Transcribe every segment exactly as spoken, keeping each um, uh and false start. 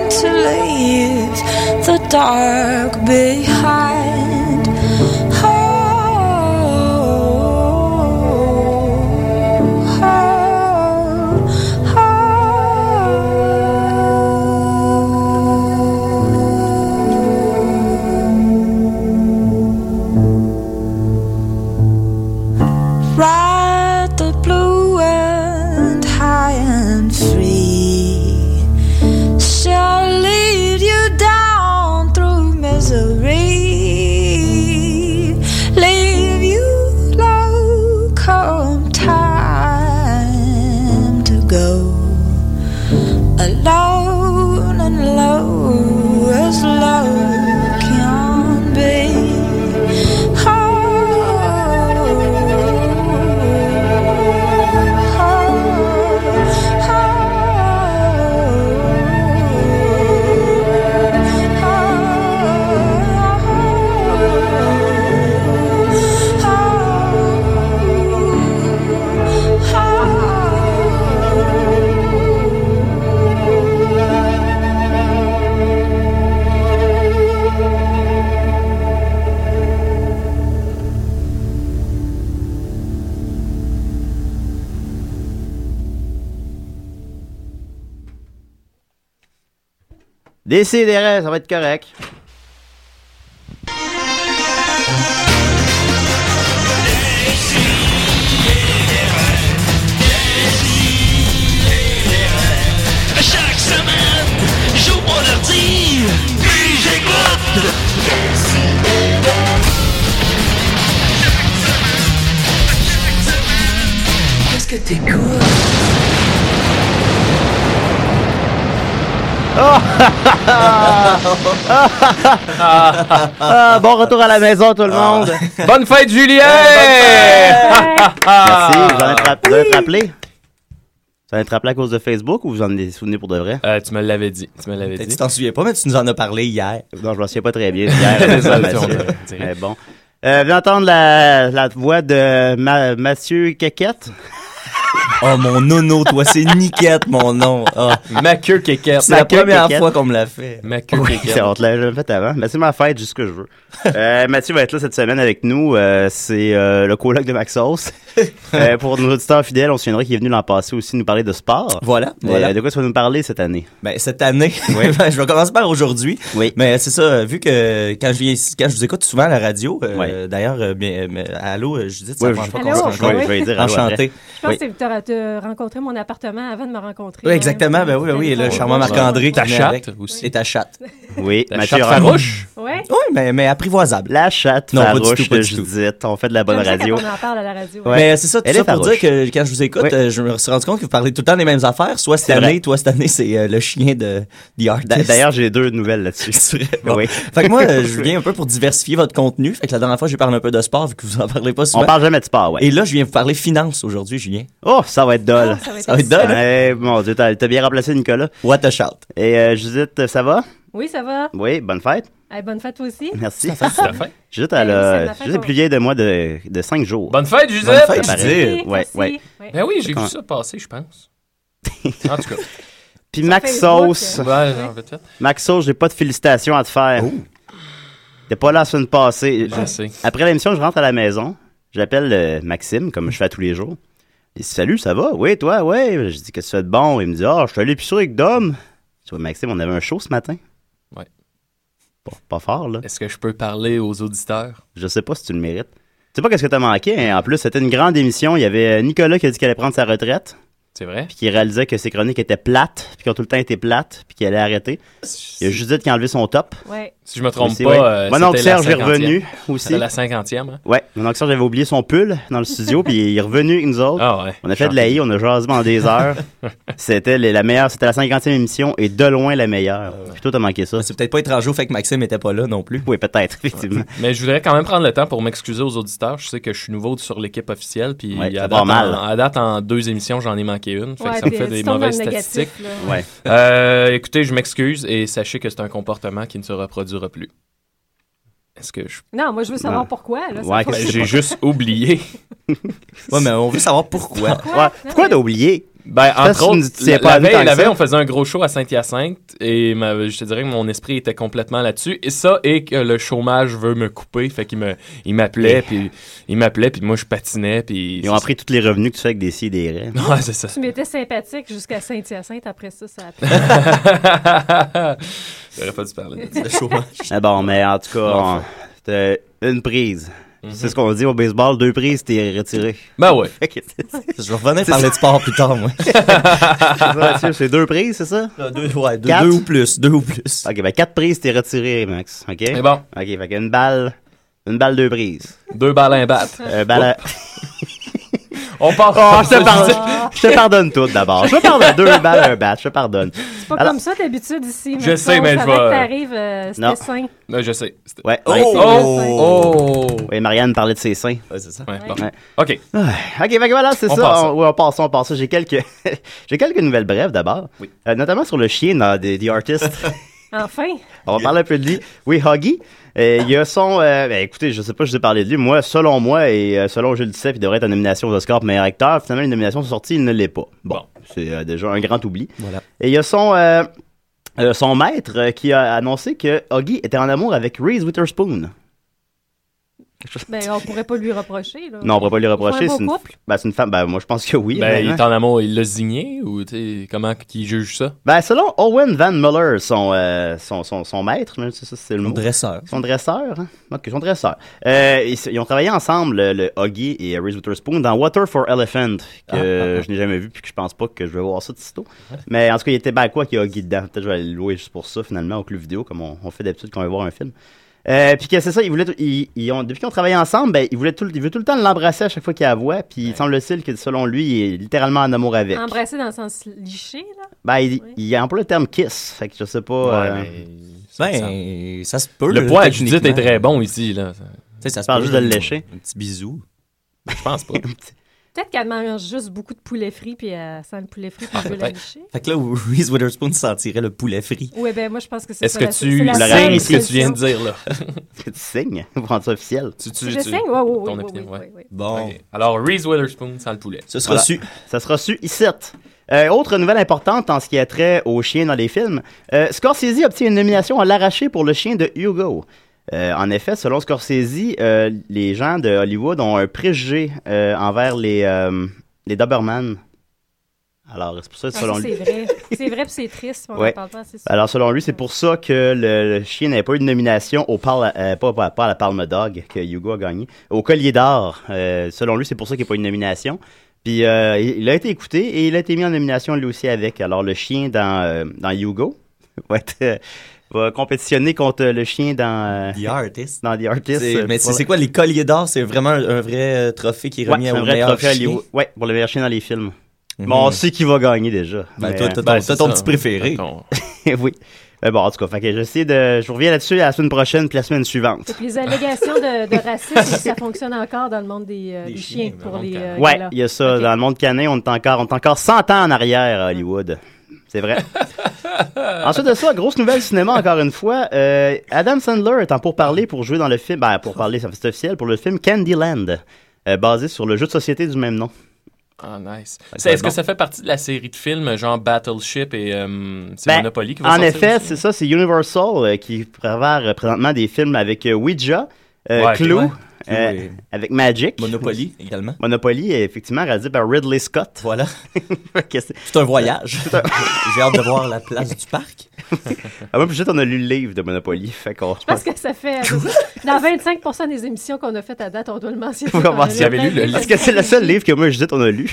to leave the dark behind. Oh, ride the blue and high and free shall lead you down through misery, leave you low come time to go, alone and low as love can be. Décidérez, ça va être correct. Chaque semaine, j'ouvre mon ordi, puis j'écoute. Qu'est-ce que t'écoutes? Oh! ah, bon retour à la maison, tout le monde. Bonne fête, Julien! Merci, vous en êtes, ra- vous en êtes rappelé? Vous en êtes rappelé à cause de Facebook ou vous en êtes souvenu pour de vrai? Euh, tu me l'avais dit. Tu me l'avais dit. Tu t'en souviens pas, mais tu nous en as parlé hier. Non, je m'en souviens pas très bien. Hier, ça, Mathieu. Mais bon. Euh, viens entendre la, la voix de Ma- Mathieu Quéquette. Oh, mon nono, toi, c'est Niquette, mon nom. Oh. Ma queue Quéquette. C'est la queue première Quéquette. fois qu'on me l'a fait. Ma queue Oui, Quéquette. c'est, on te l'a jamais fait avant. Mais c'est ma fête, juste ce que je veux. Euh, Mathieu va être là cette semaine avec nous. Euh, c'est euh, le coloc de Maxos. euh, pour nos auditeurs fidèles, on se souviendra qu'il est venu l'an passé aussi nous parler de sport. Voilà, Euh, voilà. de quoi tu vas nous parler cette année? Ben, cette année, Oui. ben, je vais commencer par aujourd'hui. Oui. Mais c'est ça, vu que quand je viens ici, quand je vous écoute souvent à la radio, euh, Ouais. d'ailleurs, euh, bien, euh, allô, euh, Judith, c'est Ouais, la première fois Allô, qu'on se oui. rencontre. je vais dire allô Enchanté. après. Je pense Oui. que tu as rencontré mon appartement avant de me rencontrer. Oui, exactement, ben oui, ben oui, le charmant Marc-André Ta qui venait chatte avec. aussi. Et ta chatte. Oui, La Mathieu chatte Ron- farouche. Ouais. Oui, mais, mais apprivoisable. La chatte Non, pas du farouche tout, pas de du tout. Judith. On fait de la bonne J'aime ça radio. quand on en parle à la radio. Ouais. Mais c'est ça, tout Elle ça est pour farouche. dire que quand je vous écoute, Oui. euh, je me suis rendu compte que vous parlez tout le temps des mêmes affaires. Soit cette C'est année, vrai. toi, cette année, c'est euh, le chien de The Artist. D'a- D'ailleurs, j'ai deux nouvelles là-dessus. C'est vrai, bon. Oui. Fait que moi, euh, je viens un peu pour diversifier votre contenu. Fait que la dernière fois, j'ai parlé un peu de sport, vu que vous en parlez pas souvent. On parle jamais de sport, ouais. Et là, je viens vous parler finance aujourd'hui, Julien. Oh, ça va être dole. Ah, ça va être Ça va être dole. Ouais, mon Dieu, t'as, t'as bien remplacé Nicolas. What a shout. Et euh, Judith, ça va? Oui, ça va. Oui, bonne fête. Hey, bonne fête toi aussi. Merci. Tout à fait. Judith, elle Ben oui, c'est a, ma fête, Judith est on- plus vieille de moi de, de cinq jours. Bonne fête, Judith! Bonne fête, Ça paraît. Judith. Ouais, Merci. ouais. Ouais. Ben oui, j'ai Comment- vu ça passer, je pense. En tout cas. Puis Sur Maxos, Facebook, Ouais, non, vite fait. Maxos, j'ai pas de félicitations à te faire. T'es pas là la semaine passée. Je sais. Après l'émission, je rentre à la maison. J'appelle euh, Maxime, comme je fais tous les jours. Il dit, salut, ça va? Oui, toi, oui. Je dis, qu'est-ce que tu fais de bon? Il me dit, ah, je suis allé l'épicerie avec Dom. Tu vois, Maxime, on avait un show ce matin. Ouais. Pas, pas fort, là. Est-ce que je peux parler aux auditeurs? Je sais pas si tu le mérites. Tu sais pas qu'est-ce que t'as manqué, hein? En plus, c'était une grande émission. Il y avait Nicolas qui a dit qu'il allait prendre sa retraite, C'est vrai? puis qui réalisait que ses chroniques étaient plates, puis qui ont tout le temps été plates, puis qu'il allait arrêter. Il y a Judith qui a enlevé son top. Ouais. Si je me trompe Aussi, pas, ouais. euh, Mon oncle c'était la Serge est cinquantième. revenu aussi. C'était la cinquantième, hein? Ouais, mon oncle Serge avait oublié son pull dans le studio, puis il est revenu avec nous autres. Ah ouais. On a fait de la I, on a jasé pendant des heures. C'était les- la meilleure, c'était la cinquantième émission et de loin la meilleure. Puis toi, t'as manqué ça. C'est peut-être pas étranger au fait que Maxime était pas là non plus. Oui, peut-être, effectivement. Mais je voudrais quand même prendre le temps pour m'excuser aux auditeurs. Je sais que je suis nouveau sur l'équipe officielle, puis Ouais, ça à, va date, mal. en, à date, en deux émissions, j'en ai manqué une. Fait que Ouais, ça me puis fait tu des tombes dans mauvaises le statistiques. négatif, là. Ouais. Euh, écoutez, je m'excuse et sachez que c'est un comportement qui ne se reproduira plus. Est-ce que je... Non, moi, je veux savoir Ouais. pourquoi. Là, ça Ouais, faut- Ben, j'ai juste oublié. Ouais, mais on veut savoir pourquoi. Ouais. Pourquoi t'as oublié? Ben, Ça, entre tu nous autres, disais la, pas la vu tant veille, que la veille, ça. on faisait un gros show à Saint-Hyacinthe et ma- je te dirais que mon esprit était complètement là-dessus. Et ça, et que le chômage veut me couper, fait qu'il me, il m'appelait, puis il m'appelait, puis moi je patinais, puis... Ils ont appris tous les revenus que tu fais avec des si et des raies. Ouais, c'est ça. Tu m'étais sympathique jusqu'à Saint-Hyacinthe. Après ça, ça a pris. J'aurais pas dû parler de ça. Le chômage. Ah bon, mais en tout cas, on- Enfin. c'était une prise. C'est ce qu'on dit au baseball, deux prises, t'es retiré. Ben ouais. Fait que c'est c'est Je vais revenir parler de sport plus tard, moi. ça, Mathieu, c'est deux prises, c'est ça? deux, ouais, deux, Quatre. deux ou plus, deux ou plus. Ok, ben quatre prises, t'es retiré, Max. Ok? Mais bon, Ok, fait qu'une balle, une balle, deux prises. deux balles à un bat. Euh, balle à- On part. Oh, je te pardonne, je te pardonne tout d'abord. Je te pardonne deux balles à un bat, je te pardonne. C'est pas Alors- comme ça d'habitude ici. Je mais sais, on mais je savait vais- que t'arrives, euh, Non. c'était sain. Non, je sais. C'était- Ouais, Oh! ouais. Oh! Oui, Marianne parlait de ses seins. Ouais, c'est ça. Ouais, Ouais. bon. Ouais. OK. Ah, ok, fait que voilà, c'est On ça. passe ça. On, ouais, on passe ça, on passe ça. J'ai quelques, j'ai quelques nouvelles brèves d'abord. Oui. Euh, notamment sur le chien dans The, The Artist. Enfin. On va parler un peu de lui. Oui, Huggy. Euh, il y a son... euh, ben, écoutez, je sais pas, je vous ai parlé de lui. Moi, selon moi, et euh, selon Gilles Duceppe, il devrait être en nomination aux Oscars pour meilleur acteur. Finalement, les nominations sont sorties, il ne l'est pas. Bon, Bon. c'est euh, déjà un grand oubli. Voilà. Et il y a son... euh, euh, son maître euh, qui a annoncé que Huggy était en amour avec Reese Witherspoon. Ben, on pourrait pas lui reprocher. Là. Non, on pourrait pas lui reprocher. Ils font un C'est beau une, couple. ben, c'est une femme. Ben, moi, je pense que oui. Ben, il honnêtement. est en amour, il l'a signé ou tu sais, comment qu'il juge ça? Ben, selon Owen Van Muller, son, euh, son, son, son maître, hein, c'est ça, c'est le Mon mot. dresseur. Son dresseur, hein? Ok, son dresseur. Euh, ils, ils ont travaillé ensemble, le, le Huggy et Reese Witherspoon, dans Water for Elephant, que Ah, ah, ah. je n'ai jamais vu, puis que je pense pas que je vais voir ça de sitôt. Mais en tout cas, il était ben quoi qu'il y a Huggy dedans. Peut-être que je vais aller le louer juste pour ça, finalement, au club vidéo, comme on, on fait d'habitude quand on va voir un film. Euh, puis que c'est ça, ils voulaient, tout- ils, ils ont, depuis qu'ils ont travaillé ensemble, ben, ils voulaient tout, il veut tout le temps l'embrasser à chaque fois qu'il la voit, puis il semble-t-il que selon lui, il est littéralement en amour avec. Embrasser dans le sens liché, là. Ben, il, Oui. il emploie le terme kiss, fait que je sais pas. euh, Ben, ça se peut. Le là, point à Judith est techniquement. très bon ici, là. Tu sais, ça se parle peut, juste de le là, lécher. Un petit bisou. Je pense pas. Peut-être qu'elle mange juste beaucoup de poulet frit, puis elle sent le poulet frit, puis elle veut la peut-être. licher. Fait que là, où Reese Witherspoon sentirait le poulet frit. Oui, ben moi, je pense que c'est Est-ce ça. que la- tu c'est la l'aurais seule signes ce que tu viens de solution. dire, là? tu signes pour rendre ça officiel. Tu, tu, Je tu- signe? Oui, oui, ton oui, opinion, oui, ouais. oui, oui. Bon, Ok. Alors, Reese Witherspoon sans le poulet. ce sera Voilà. su. Ça sera su ici. Euh, autre nouvelle importante en ce qui a trait aux chiens dans les films. Euh, Scorsese obtient une nomination à l'arraché pour le chien de Hugo. Euh, en effet, selon Scorsese, euh, les gens de Hollywood ont un préjugé euh, envers les, euh, les Doberman. Alors, c'est pour ça, Ah, selon ça, lui. c'est vrai. C'est vrai, puis c'est triste. On Ouais. en parle pas assez souvent. Alors, selon lui, c'est pour ça que le, le chien n'avait pas eu de nomination au Parle, euh, pas, pas, pas à la Palme Dog que Hugo a gagné, au Collier d'Or. Euh, selon lui, c'est pour ça qu'il n'y a pas eu de nomination. Puis, euh, il, il a été écouté et il a été mis en nomination lui aussi avec. Alors, le chien dans, euh, dans Hugo va, être, euh, va compétitionner contre le chien dans, euh, The Artist. dans The Artist. C'est- euh, mais pour c'est le- c'est quoi, les colliers d'or? C'est vraiment un, un vrai euh, trophée qui est Ouais, remis c'est un au vrai meilleur trophée à chien. Hollywood. Ouais, pour le meilleur chien dans les films. Mhm. Bon, on sait qui va gagner déjà. Ben, Mais, toi, euh, t'as Ben, ton, c'est t'as ton ça. petit préféré. Ton- oui. Mais bon, en tout cas, fait que j'essaie de. Je vous reviens là-dessus la semaine prochaine puis la semaine suivante. Et puis les allégations de, de racisme, ça fonctionne encore dans le monde des, euh, Des des chiens, chiens dans pour le monde les canin. euh, Ouais, galas. il y a ça. Ok. Dans le monde canin, on est encore, on est encore cent ans en arrière à Hollywood. C'est vrai. Ensuite de ça, grosse nouvelle cinéma encore une fois. Euh, Adam Sandler est en pourparlers pour jouer dans le film. Ben, pour parler, ça fait c'est officiel, pour le film Candyland, euh, basé sur le jeu de société du même nom. Ah, nice. Ça C'est- va Est-ce être que ça fait partie de la série de films genre Battleship et euh, c'est Ben, Monopoly qui va En sortir effet, aussi? c'est ça, c'est Universal euh, qui prépare euh, présentement des films avec euh, Ouija, euh, Ouais, Clue, ouais. euh, Clue et- avec Magic. Monopoly également. Monopoly, est effectivement, réalisé par Ridley Scott. Voilà. Fait que c'est- C'est un voyage. J'ai hâte de voir la place du parc. ah, moi, puis juste, on a lu le livre de Monopoly. Fait qu'on. Je pense que ça fait. Dans vingt-cinq pour cent des émissions qu'on a faites à date, on doit le mentionner. Faut commencer. On a S'il y avait lu le plein de Parce que c'est le seul livre que moi et Judith, on a lu.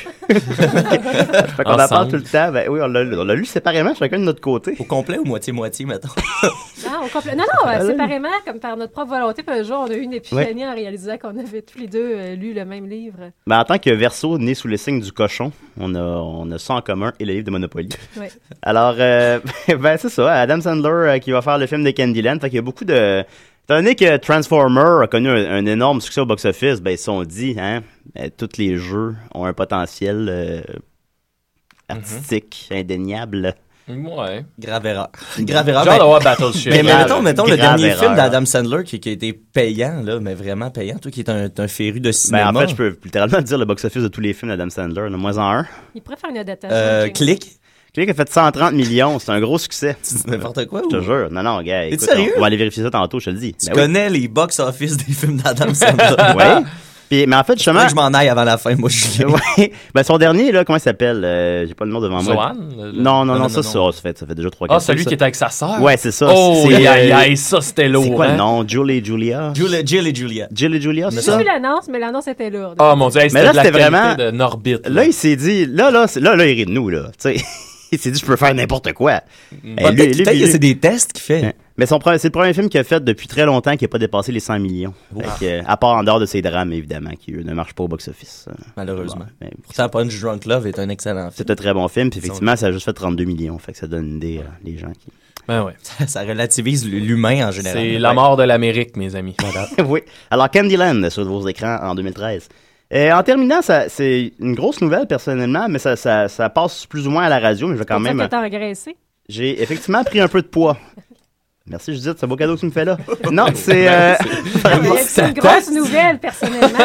fait qu'on en parle Ensemble. tout le temps. Ben oui, on l'a, on l'a lu séparément, chacun de notre côté. Au complet ou moitié-moitié, mettons? Ah, au complet. Non, non, euh, séparément, comme par notre propre volonté. Puis un jour, on a eu une épiphanie en réalisant qu'on avait tous les deux euh, lu le même livre. Ben, en tant que Verseau né sous les signes du cochon, on a, on a ça en commun et le livre de Monopoly. Ouais. Alors, euh, ben c'est ça, Adam Sandler euh, qui va faire le film de Candyland. Fait qu'il y a beaucoup de... Étant donné que Transformer a connu un, un énorme succès au box-office, ben ils se sont dit, hein, ben, tous les jeux ont un potentiel euh, artistique indéniable. Ouais. Grave erreur. Grave erreur. Genre Ben, d'avoir Battleship. mais, mais grave- mettons, mettons le grave dernier erreur. film d'Adam Sandler qui, qui a été payant, là, mais vraiment payant. Toi qui es un, un féru de Ben, cinéma. en fait, je peux littéralement dire le box-office de tous les films d'Adam Sandler, de moins en un. Il pourrait faire une adaptation. Euh, James. clic. Click a fait cent trente millions, c'est un gros succès. Tu dis n'importe quoi Je ou? te jure. Non, non, gars, T'es écoute, sérieux? on, on va aller vérifier ça tantôt, je te le dis. Tu Ben oui. connais les box-office des films d'Adam Sandler. Ouais. Puis, mais en fait, Faudrait justement. que je m'en aille avant la fin, moi, Julien. Ouais. Ben, son dernier, là, comment il s'appelle? Euh, j'ai pas le nom devant moi. Zohan? Non, non, non, non, ça, non, ça, ça fait, ça fait déjà trois Ah, quatre celui ça. qui était avec sa sœur? Ouais, c'est ça. Oh, c'est, aïe, aïe, euh, aïe, ça, c'était lourd. C'est quoi hein? le nom? Jill et Julia? Jill, Jill et Julia. Jill et Julia, c'est J'ai ça? vu l'annonce, mais l'annonce était lourde. Ah, mon Dieu, hey, Mais c'était là, de la c'était qualité vraiment- de Norbit. Là, il s'est dit, là, là, c'est- là, là, il rit de nous, là. Tu sais, il s'est dit, je peux faire n'importe quoi. Eh, Peut-être lui- lui- peut-être que lui- c'est des tests qu'il fait. Ouais. Mais son pre- c'est le premier film qu'il a fait depuis très longtemps qui n'a pas dépassé les cent millions. Fait que, euh, à part en dehors de ses drames, évidemment, qui eux, ne marchent pas au box-office. Euh, Malheureusement. mais Pourtant, Punch Drunk Love est un excellent film. c'est un très bon film, puis effectivement, ça a juste fait trente-deux millions. Fait que ça donne une idée, euh, les gens qui. Ben ouais. Ça relativise l'humain en général. C'est la mort de l'Amérique, mes amis. Oui. Alors, Candyland sur vos écrans en deux mille treize. Euh, en terminant, ça, c'est une grosse nouvelle personnellement, mais ça, ça, ça passe plus ou moins à la radio, mais je vais quand C'est même. ça que t'as regressé. J'ai effectivement pris un peu de poids. Merci Judith, c'est un beau cadeau que tu me fais là. Non, c'est. Euh... C'est une grosse nouvelle, personnellement.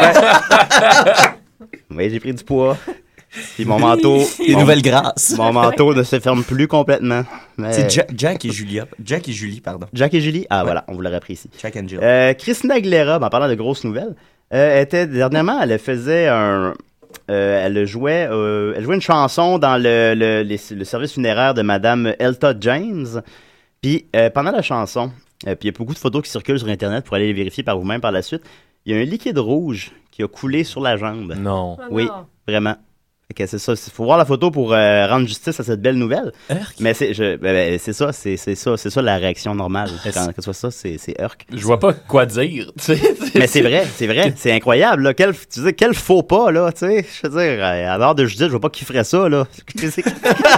oui, j'ai pris du poids. Puis mon manteau. Des mon, nouvelles grâces. mon manteau ne se ferme plus complètement. Mais... C'est Ja- Jack et Julia. Jack et Julie, pardon. Jack et Julie. Ah Ouais. voilà, on vous l'aurait appris ici. Jack and Jill. Euh, Christina Aguilera, ben, en parlant de grosses nouvelles, euh, était dernièrement, elle faisait un. Euh, elle jouait, euh, elle jouait une chanson dans le, le, les- le service funéraire de Madame Elta James. Puis euh, pendant la chanson, euh, puis il y a beaucoup de photos qui circulent sur Internet pour aller les vérifier par vous-même par la suite. Il y a un liquide rouge qui a coulé sur la jambe. Non. Oh Oui, non. vraiment. Fait que c'est ça. Il faut voir la photo pour euh, rendre justice à cette belle nouvelle. Urk. Mais c'est, je, ben, ben, c'est ça, c'est, c'est ça, c'est ça la réaction normale. Est-ce- Quand, que ce soit ça, c'est, c'est Urk. Je vois pas quoi dire. tu sais. Mais c'est vrai, c'est vrai, c'est incroyable. Là. Quel, tu sais, quel faux pas, là, tu sais. Je veux dire, euh, à l'heure de Judith, je vois pas qui ferait ça, là. Tu sais,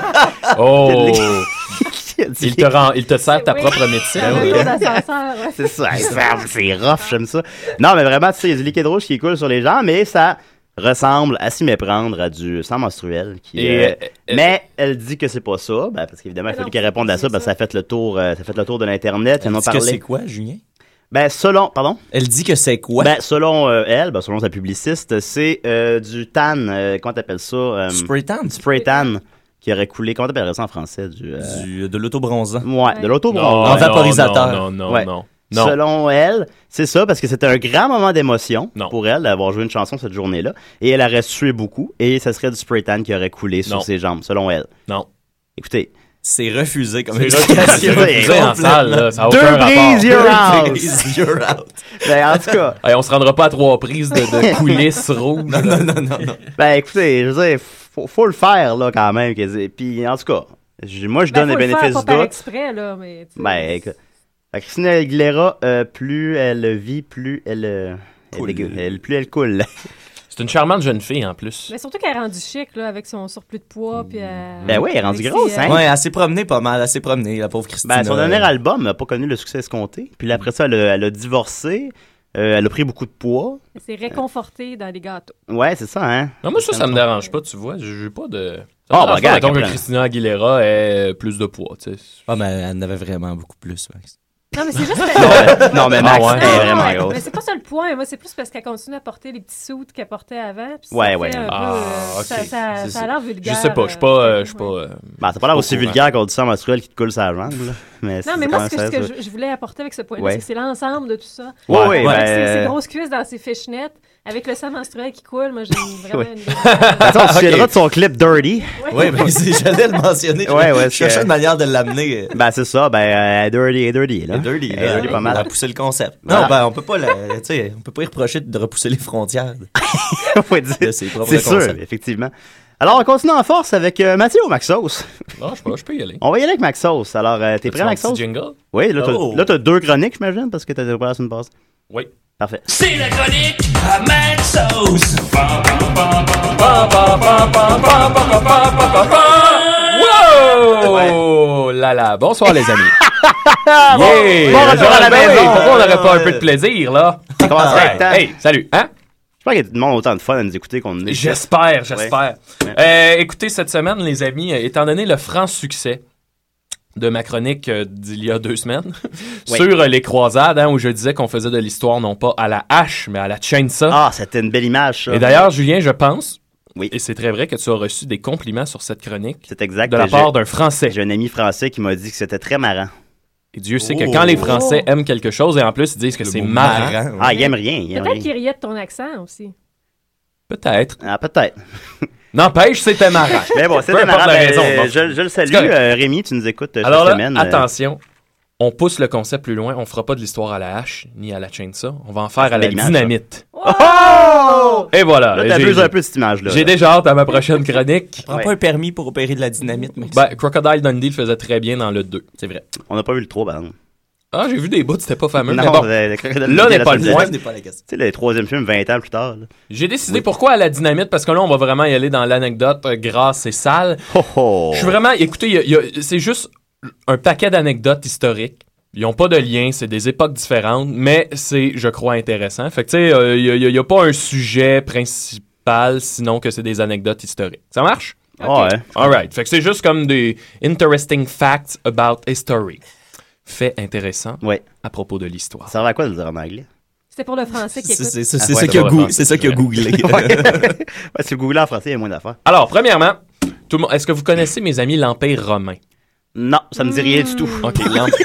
Oh! qui a dit- Il te, rend, il te sert ta Oui. propre médecine. Un oui. retour d'ascenseur, ouais. C'est ça, hey, ça, c'est rough, j'aime ça. Non, mais vraiment, tu sais, il y a du liquide rouge qui coule sur les gens, mais ça ressemble à s'y méprendre à du sang menstruel. Qui, Et, euh, euh, mais elle dit que c'est pas ça, ben, parce qu'évidemment, il Mais fallait non, qu'elle réponde à ça, c'est parce que ça. ça a fait le tour, euh, ça a fait le tour de l'Internet, ils en ont Elle dit que c'est parlé. quoi, Julien? Ben, selon, pardon? Elle dit que c'est quoi? Ben, selon euh, elle, ben, selon sa publiciste, c'est euh, du tan, euh, comment t'appelles ça? Euh, Spray tan. spray tan qui aurait coulé, comment t'appellerais ça en français? Du, euh, Du- de l'autobronzant. Ouais, de Non, l'auto-bronzant. En vaporisateur. Non, non, non, Ouais. non. Non. Selon elle, c'est ça, parce que c'était un grand moment d'émotion Non. pour elle d'avoir joué une chanson cette journée-là. Et elle aurait sué beaucoup. Et ça serait du spray tan qui aurait coulé sur Non. ses jambes, selon elle. Non. Écoutez. C'est refusé comme C'est explication. refusé en salle, là. Ça a Deux aucun rapport. prises, you're out! Please, you're out. Ben, en tout cas, Hey, on se rendra pas à trois prises de, de coulisses rouges. Non, non, non, non, non. ben, écoutez, je veux dire, faut, faut le faire, là, quand même. que- Puis, en tout cas, je- moi, je Ben, donne faut les le faire, bénéfices pas du par doute. exprès, là, mais... tu sais, Ben, écoute. Fait que Christina Aguilera, euh, plus elle vit, plus elle, euh, elle, Coule. dégue- elle- plus elle coule. C'est une charmante jeune fille, en plus. Mais surtout qu'elle est rendue chic, là, avec son surplus de poids, puis... euh, Ben oui, elle est rendue avec grosse, ses, hein? euh, Ouais, elle s'est promenée pas mal. Elle s'est promenée, la pauvre Christina. Ben, son dernier album n'a pas connu le succès escompté. Puis là, après ça, elle a, elle a divorcé. Euh, elle a pris beaucoup de poids. Elle s'est réconfortée dans les gâteaux. Ouais, c'est ça, hein? Non, moi, ça, ça me dérange pas, tu vois. J'ai pas de. Ça Ah, me dérange bah, pas, regarde, mettons que Caplan. Christina Aguilera ait plus de poids, tu sais. Ah, mais elle en avait vraiment beaucoup plus, Max. Non, mais c'est juste... non, mais Max, Ah ouais. elle est Non, vraiment ouais, grosse. mais c'est pas ça le point. Moi, c'est plus parce qu'elle continue à porter les petits soutes qu'elle portait avant. puis ça Ouais, fait ouais. un peu, Ah, euh, ok. Ça, ça, C'est- ça a l'air vulgaire. Je sais pas, je suis pas. euh, je suis pas. ouais. euh, Ben, c'est pas l'air aussi Au courant. vulgaire qu'on dit ça en menstruel qui te coule sa jambe, là. Mais Non, c'est mais quand moi, même ce que, ce ça, que ça. je, je voulais apporter avec ce point-là, Ouais. c'est que c'est l'ensemble de tout ça. Ouais, ouais, Ouais. Avec ses, ses ben... grosses cuisses dans ses fishnets, avec le sang menstruel qui coule, moi, j'ai vraiment Ouais. une... Attends, on se Ok. souviendra de son clip Dirty. Oui, mais c'est- j'allais le mentionner. Ouais, ouais, Je cherchais c'est- une manière de l'amener. Ben, c'est ça, ben, euh, Dirty et Dirty, là. Et Dirty, Elle est là, dirty pas mal. Elle a poussé le concept. Voilà. Non, ben, on peut pas la, tu sais, on peut pas y reprocher de repousser les frontières On va dire. de ses propres C'est sûr, concepts. effectivement. Alors, on continue en force avec euh, Mathieu ou Maxos. Non, je sais pas, je peux y aller. On va y aller avec Maxos. Alors, euh, t'es prêt, As-tu mon Maxos? petit jingle? Oui, là, t'as, Oh. là, t'as deux chroniques, j'imagine, parce que t'étais pas la semaine passée. Oui. Parfait. C'est la chronique à Maxos. Wow! Là là, bonsoir les amis. Bon, Yeah! bon retour à la Ben oui, maison. pourquoi on n'aurait pas un peu de plaisir, là? Comment ça va, Hey, Tan? hey, salut, hein? J'espère qu'il y a tout le monde autant de fun à nous écouter qu'on est. J'espère, j'espère. Euh, écoutez, cette semaine, les amis, euh, étant donné le franc succès de ma chronique euh, d'il y a deux semaines Oui. sur euh, les croisades, hein, où je disais qu'on faisait de l'histoire non pas à la hache, mais à la chainsaw. Ah, c'était une belle image, ça. Et d'ailleurs, Julien, je pense, Oui. et c'est très vrai que tu as reçu des compliments sur cette chronique C'est exact. de la J'ai- part d'un Français. J'ai un ami français qui m'a dit que c'était très marrant. Et Dieu sait que Oh. quand les Français aiment quelque chose, et en plus ils disent que Le c'est mot marrant, marrant, Ah, ouais. il aime rien. Il aime Peut-être rien. qu'il riait de ton accent aussi. peut-être. Ah, peut-être. N'empêche, c'était marrant. Mais bon, Peu c'était importe marrant. la Ben, raison, euh, bon. je, je le salue. C'est correct. Euh, Rémi, tu nous écoutes euh, Alors cette là, semaine. euh, attention, on pousse le concept plus loin. On fera pas de l'histoire à la hache ni à la chainsaw. On va en faire à la belle image, dynamite. Oh! Et voilà. Là, Et t'abuses j'ai- un peu de cette image-là. J'ai là. déjà hâte à ma prochaine chronique. Prends Ouais. pas un permis pour opérer de la dynamite, Maxime. Ben, Crocodile Dundee le faisait très bien dans le deux. C'est vrai. On n'a pas vu le trois, par exemple. Ah, j'ai vu des bouts, c'était pas fameux. mais Non, bon, le- le Crocodile là Dundee, n'est la pas le semaine point. Ce n'est pas la question. Tu sais, le troisième film, vingt ans plus tard. là. j'ai décidé pourquoi à la dynamite, parce que là, on va vraiment y aller dans l'anecdote euh, grasse et sale. Oh, oh. Je suis vraiment, écoutez, il y a- il y a- c'est juste un paquet d'anecdotes historiques. Ils n'ont pas de lien, c'est des époques différentes, mais c'est, je crois, intéressant. Fait que, tu sais, euh, il n'y a, a pas un sujet principal, sinon que c'est des anecdotes historiques. Ça marche? Ah ouais. Alright. Fait que c'est juste comme des interesting facts about history. Fait intéressant Ouais. à propos de l'histoire. Ça servait à quoi de le dire en anglais? C'était pour le français qui C'est écoute. c'est- c'est- Ah, c'est ouais, ça qu'il a c'est goo- vrai, c'est ça qu'il a c'est googlé. Ouais, si vous googlez en français, il y a moins d'affaires. Alors, premièrement, tout le monde, est-ce que vous connaissez, mes amis, l'Empire romain? Non, ça me dit rien du tout. OK, l'Empire...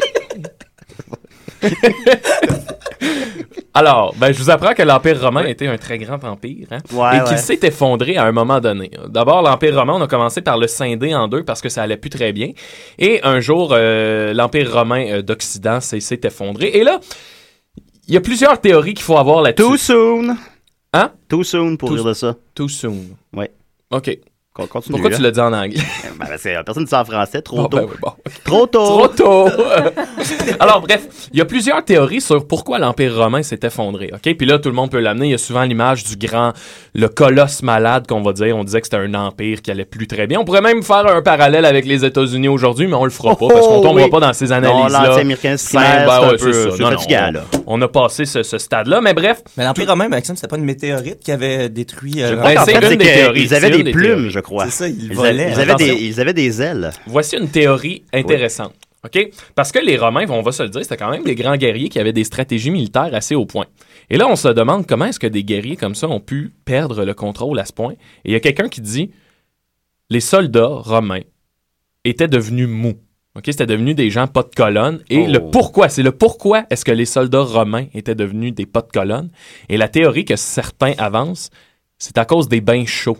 Alors, ben, je vous apprends que l'Empire romain était un très grand empire, hein, Ouais, et qu'il ouais. s'est effondré à un moment donné. D'abord, l'Empire romain, on a commencé par le scinder en deux parce que ça allait plus très bien. Et un jour, euh, l'Empire romain euh, d'Occident s'est, s'est effondré. Et là, il y a plusieurs théories qu'il faut avoir là-dessus. Too soon. Hein? Too soon pour Too- dire de ça. Too soon. Ouais. OK. Con- Continue. Pourquoi là. tu l'as dit en anglais? Ben, parce que personne ne dit ça en français. Trop Bon, tôt. ben oui, bon. Trop tôt. Trop tôt! Alors, bref, il y a plusieurs théories sur pourquoi l'Empire romain s'est effondré, OK? Puis là, tout le monde peut l'amener. Il y a souvent l'image du grand, le colosse malade qu'on va dire. On disait que c'était un empire qui allait plus très bien. On pourrait même faire un parallèle avec les États-Unis aujourd'hui, mais on le fera pas parce qu'on Oh, tombera oui. pas dans ces Non, analyses-là. l'anti-américanisme Simple, primaire, ben c'est un ouais, peu c'est ça. c'est Non, non, fatigant, on- là. On a passé ce, ce stade-là, mais bref. Mais l'Empire romain, Maxime, c'était pas une météorite qui avait détruit... euh, Je Ben, crois qu'en c'est fait, une c'est des que théories, Ils avaient c'est une des des plumes, théories. je crois. C'est ça, ils Ils, volaient. avaient, ils avaient Attention. des, ils avaient des ailes. Voici une théorie intéressante. OK? Parce que les Romains, on va se le dire, c'était quand même des grands guerriers qui avaient des stratégies militaires assez au point. Et là, on se demande comment est-ce que des guerriers comme ça ont pu perdre le contrôle à ce point. Et il y a quelqu'un qui dit les soldats romains étaient devenus mous. OK? C'était devenu des gens pas de colonne. Et Oh. le pourquoi, c'est le pourquoi est-ce que les soldats romains étaient devenus des pas de colonne. Et la théorie que certains avancent, c'est à cause des bains chauds.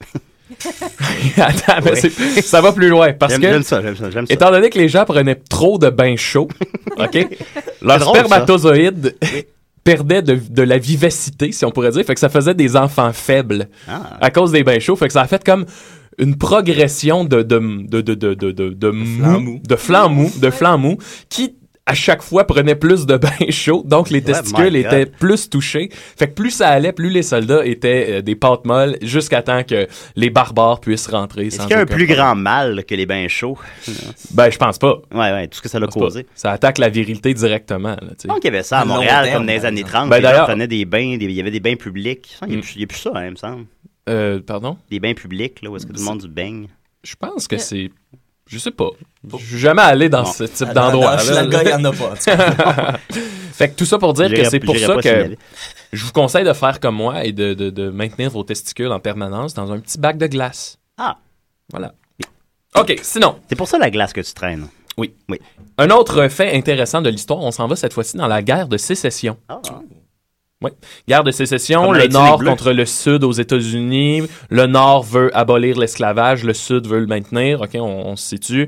Attends, mais Oui. c'est- ça va plus loin. Parce J'aime que j'aime ça, j'aime ça, j'aime ça. étant donné que les gens prenaient trop de bains chauds, OK? Leurs drôle, ça. spermatozoïdes perdaient de, de la vivacité, si on pourrait dire. Fait que ça faisait des enfants faibles Ah. à cause des bains chauds. Fait que ça a fait comme une progression de de de de de de de, de mou, flanc mou. de flanc mou, de flanc mou, qui à chaque fois prenait plus de bains chauds, donc les testicules my étaient God. plus touchés. Fait que plus ça allait, plus les soldats étaient euh, des pâtes molles, jusqu'à temps que les barbares puissent rentrer. Est-ce sans qu'il y a un aucun plus problème. grand mal que les bains chauds? Ben, je pense pas. Ouais, ouais, tout ce que ça l'a Je pense pas. causé. Ça attaque la virilité directement. Là, tu sais. Donc, il y avait ça à À long Montréal, terme, comme dans les par années exemple. trente. Ben, les gens d'ailleurs- prenaient des bains, des- il y avait des bains publics. Il n'y Mm. a, plus- il y a plus ça, hein, il me semble. Euh, pardon? Des bains publics, là, où est-ce que tout le monde se baigne. Je pense que c'est... Je sais pas. Je suis jamais allé dans Bon. ce type Dans- d'endroit. dans là. Schlager, il y en a pas. en tout cas. Fait que tout ça pour dire que J'irais- c'est pour j'irais ça pas s'il y que avait. je vous conseille de faire comme moi et de, de, de maintenir vos testicules en permanence dans un petit bac de glace. Ah, Voilà. OK, sinon, c'est pour ça la glace que tu traînes. oui. Oui. Un autre fait intéressant de l'histoire, on s'en va cette fois-ci dans la guerre de sécession. Ah, Guerre de sécession, Comme le l'Haïti, Nord les Bleus. contre le Sud aux États-Unis. Le Nord veut abolir l'esclavage, le Sud veut le maintenir. OK, on, on se situe.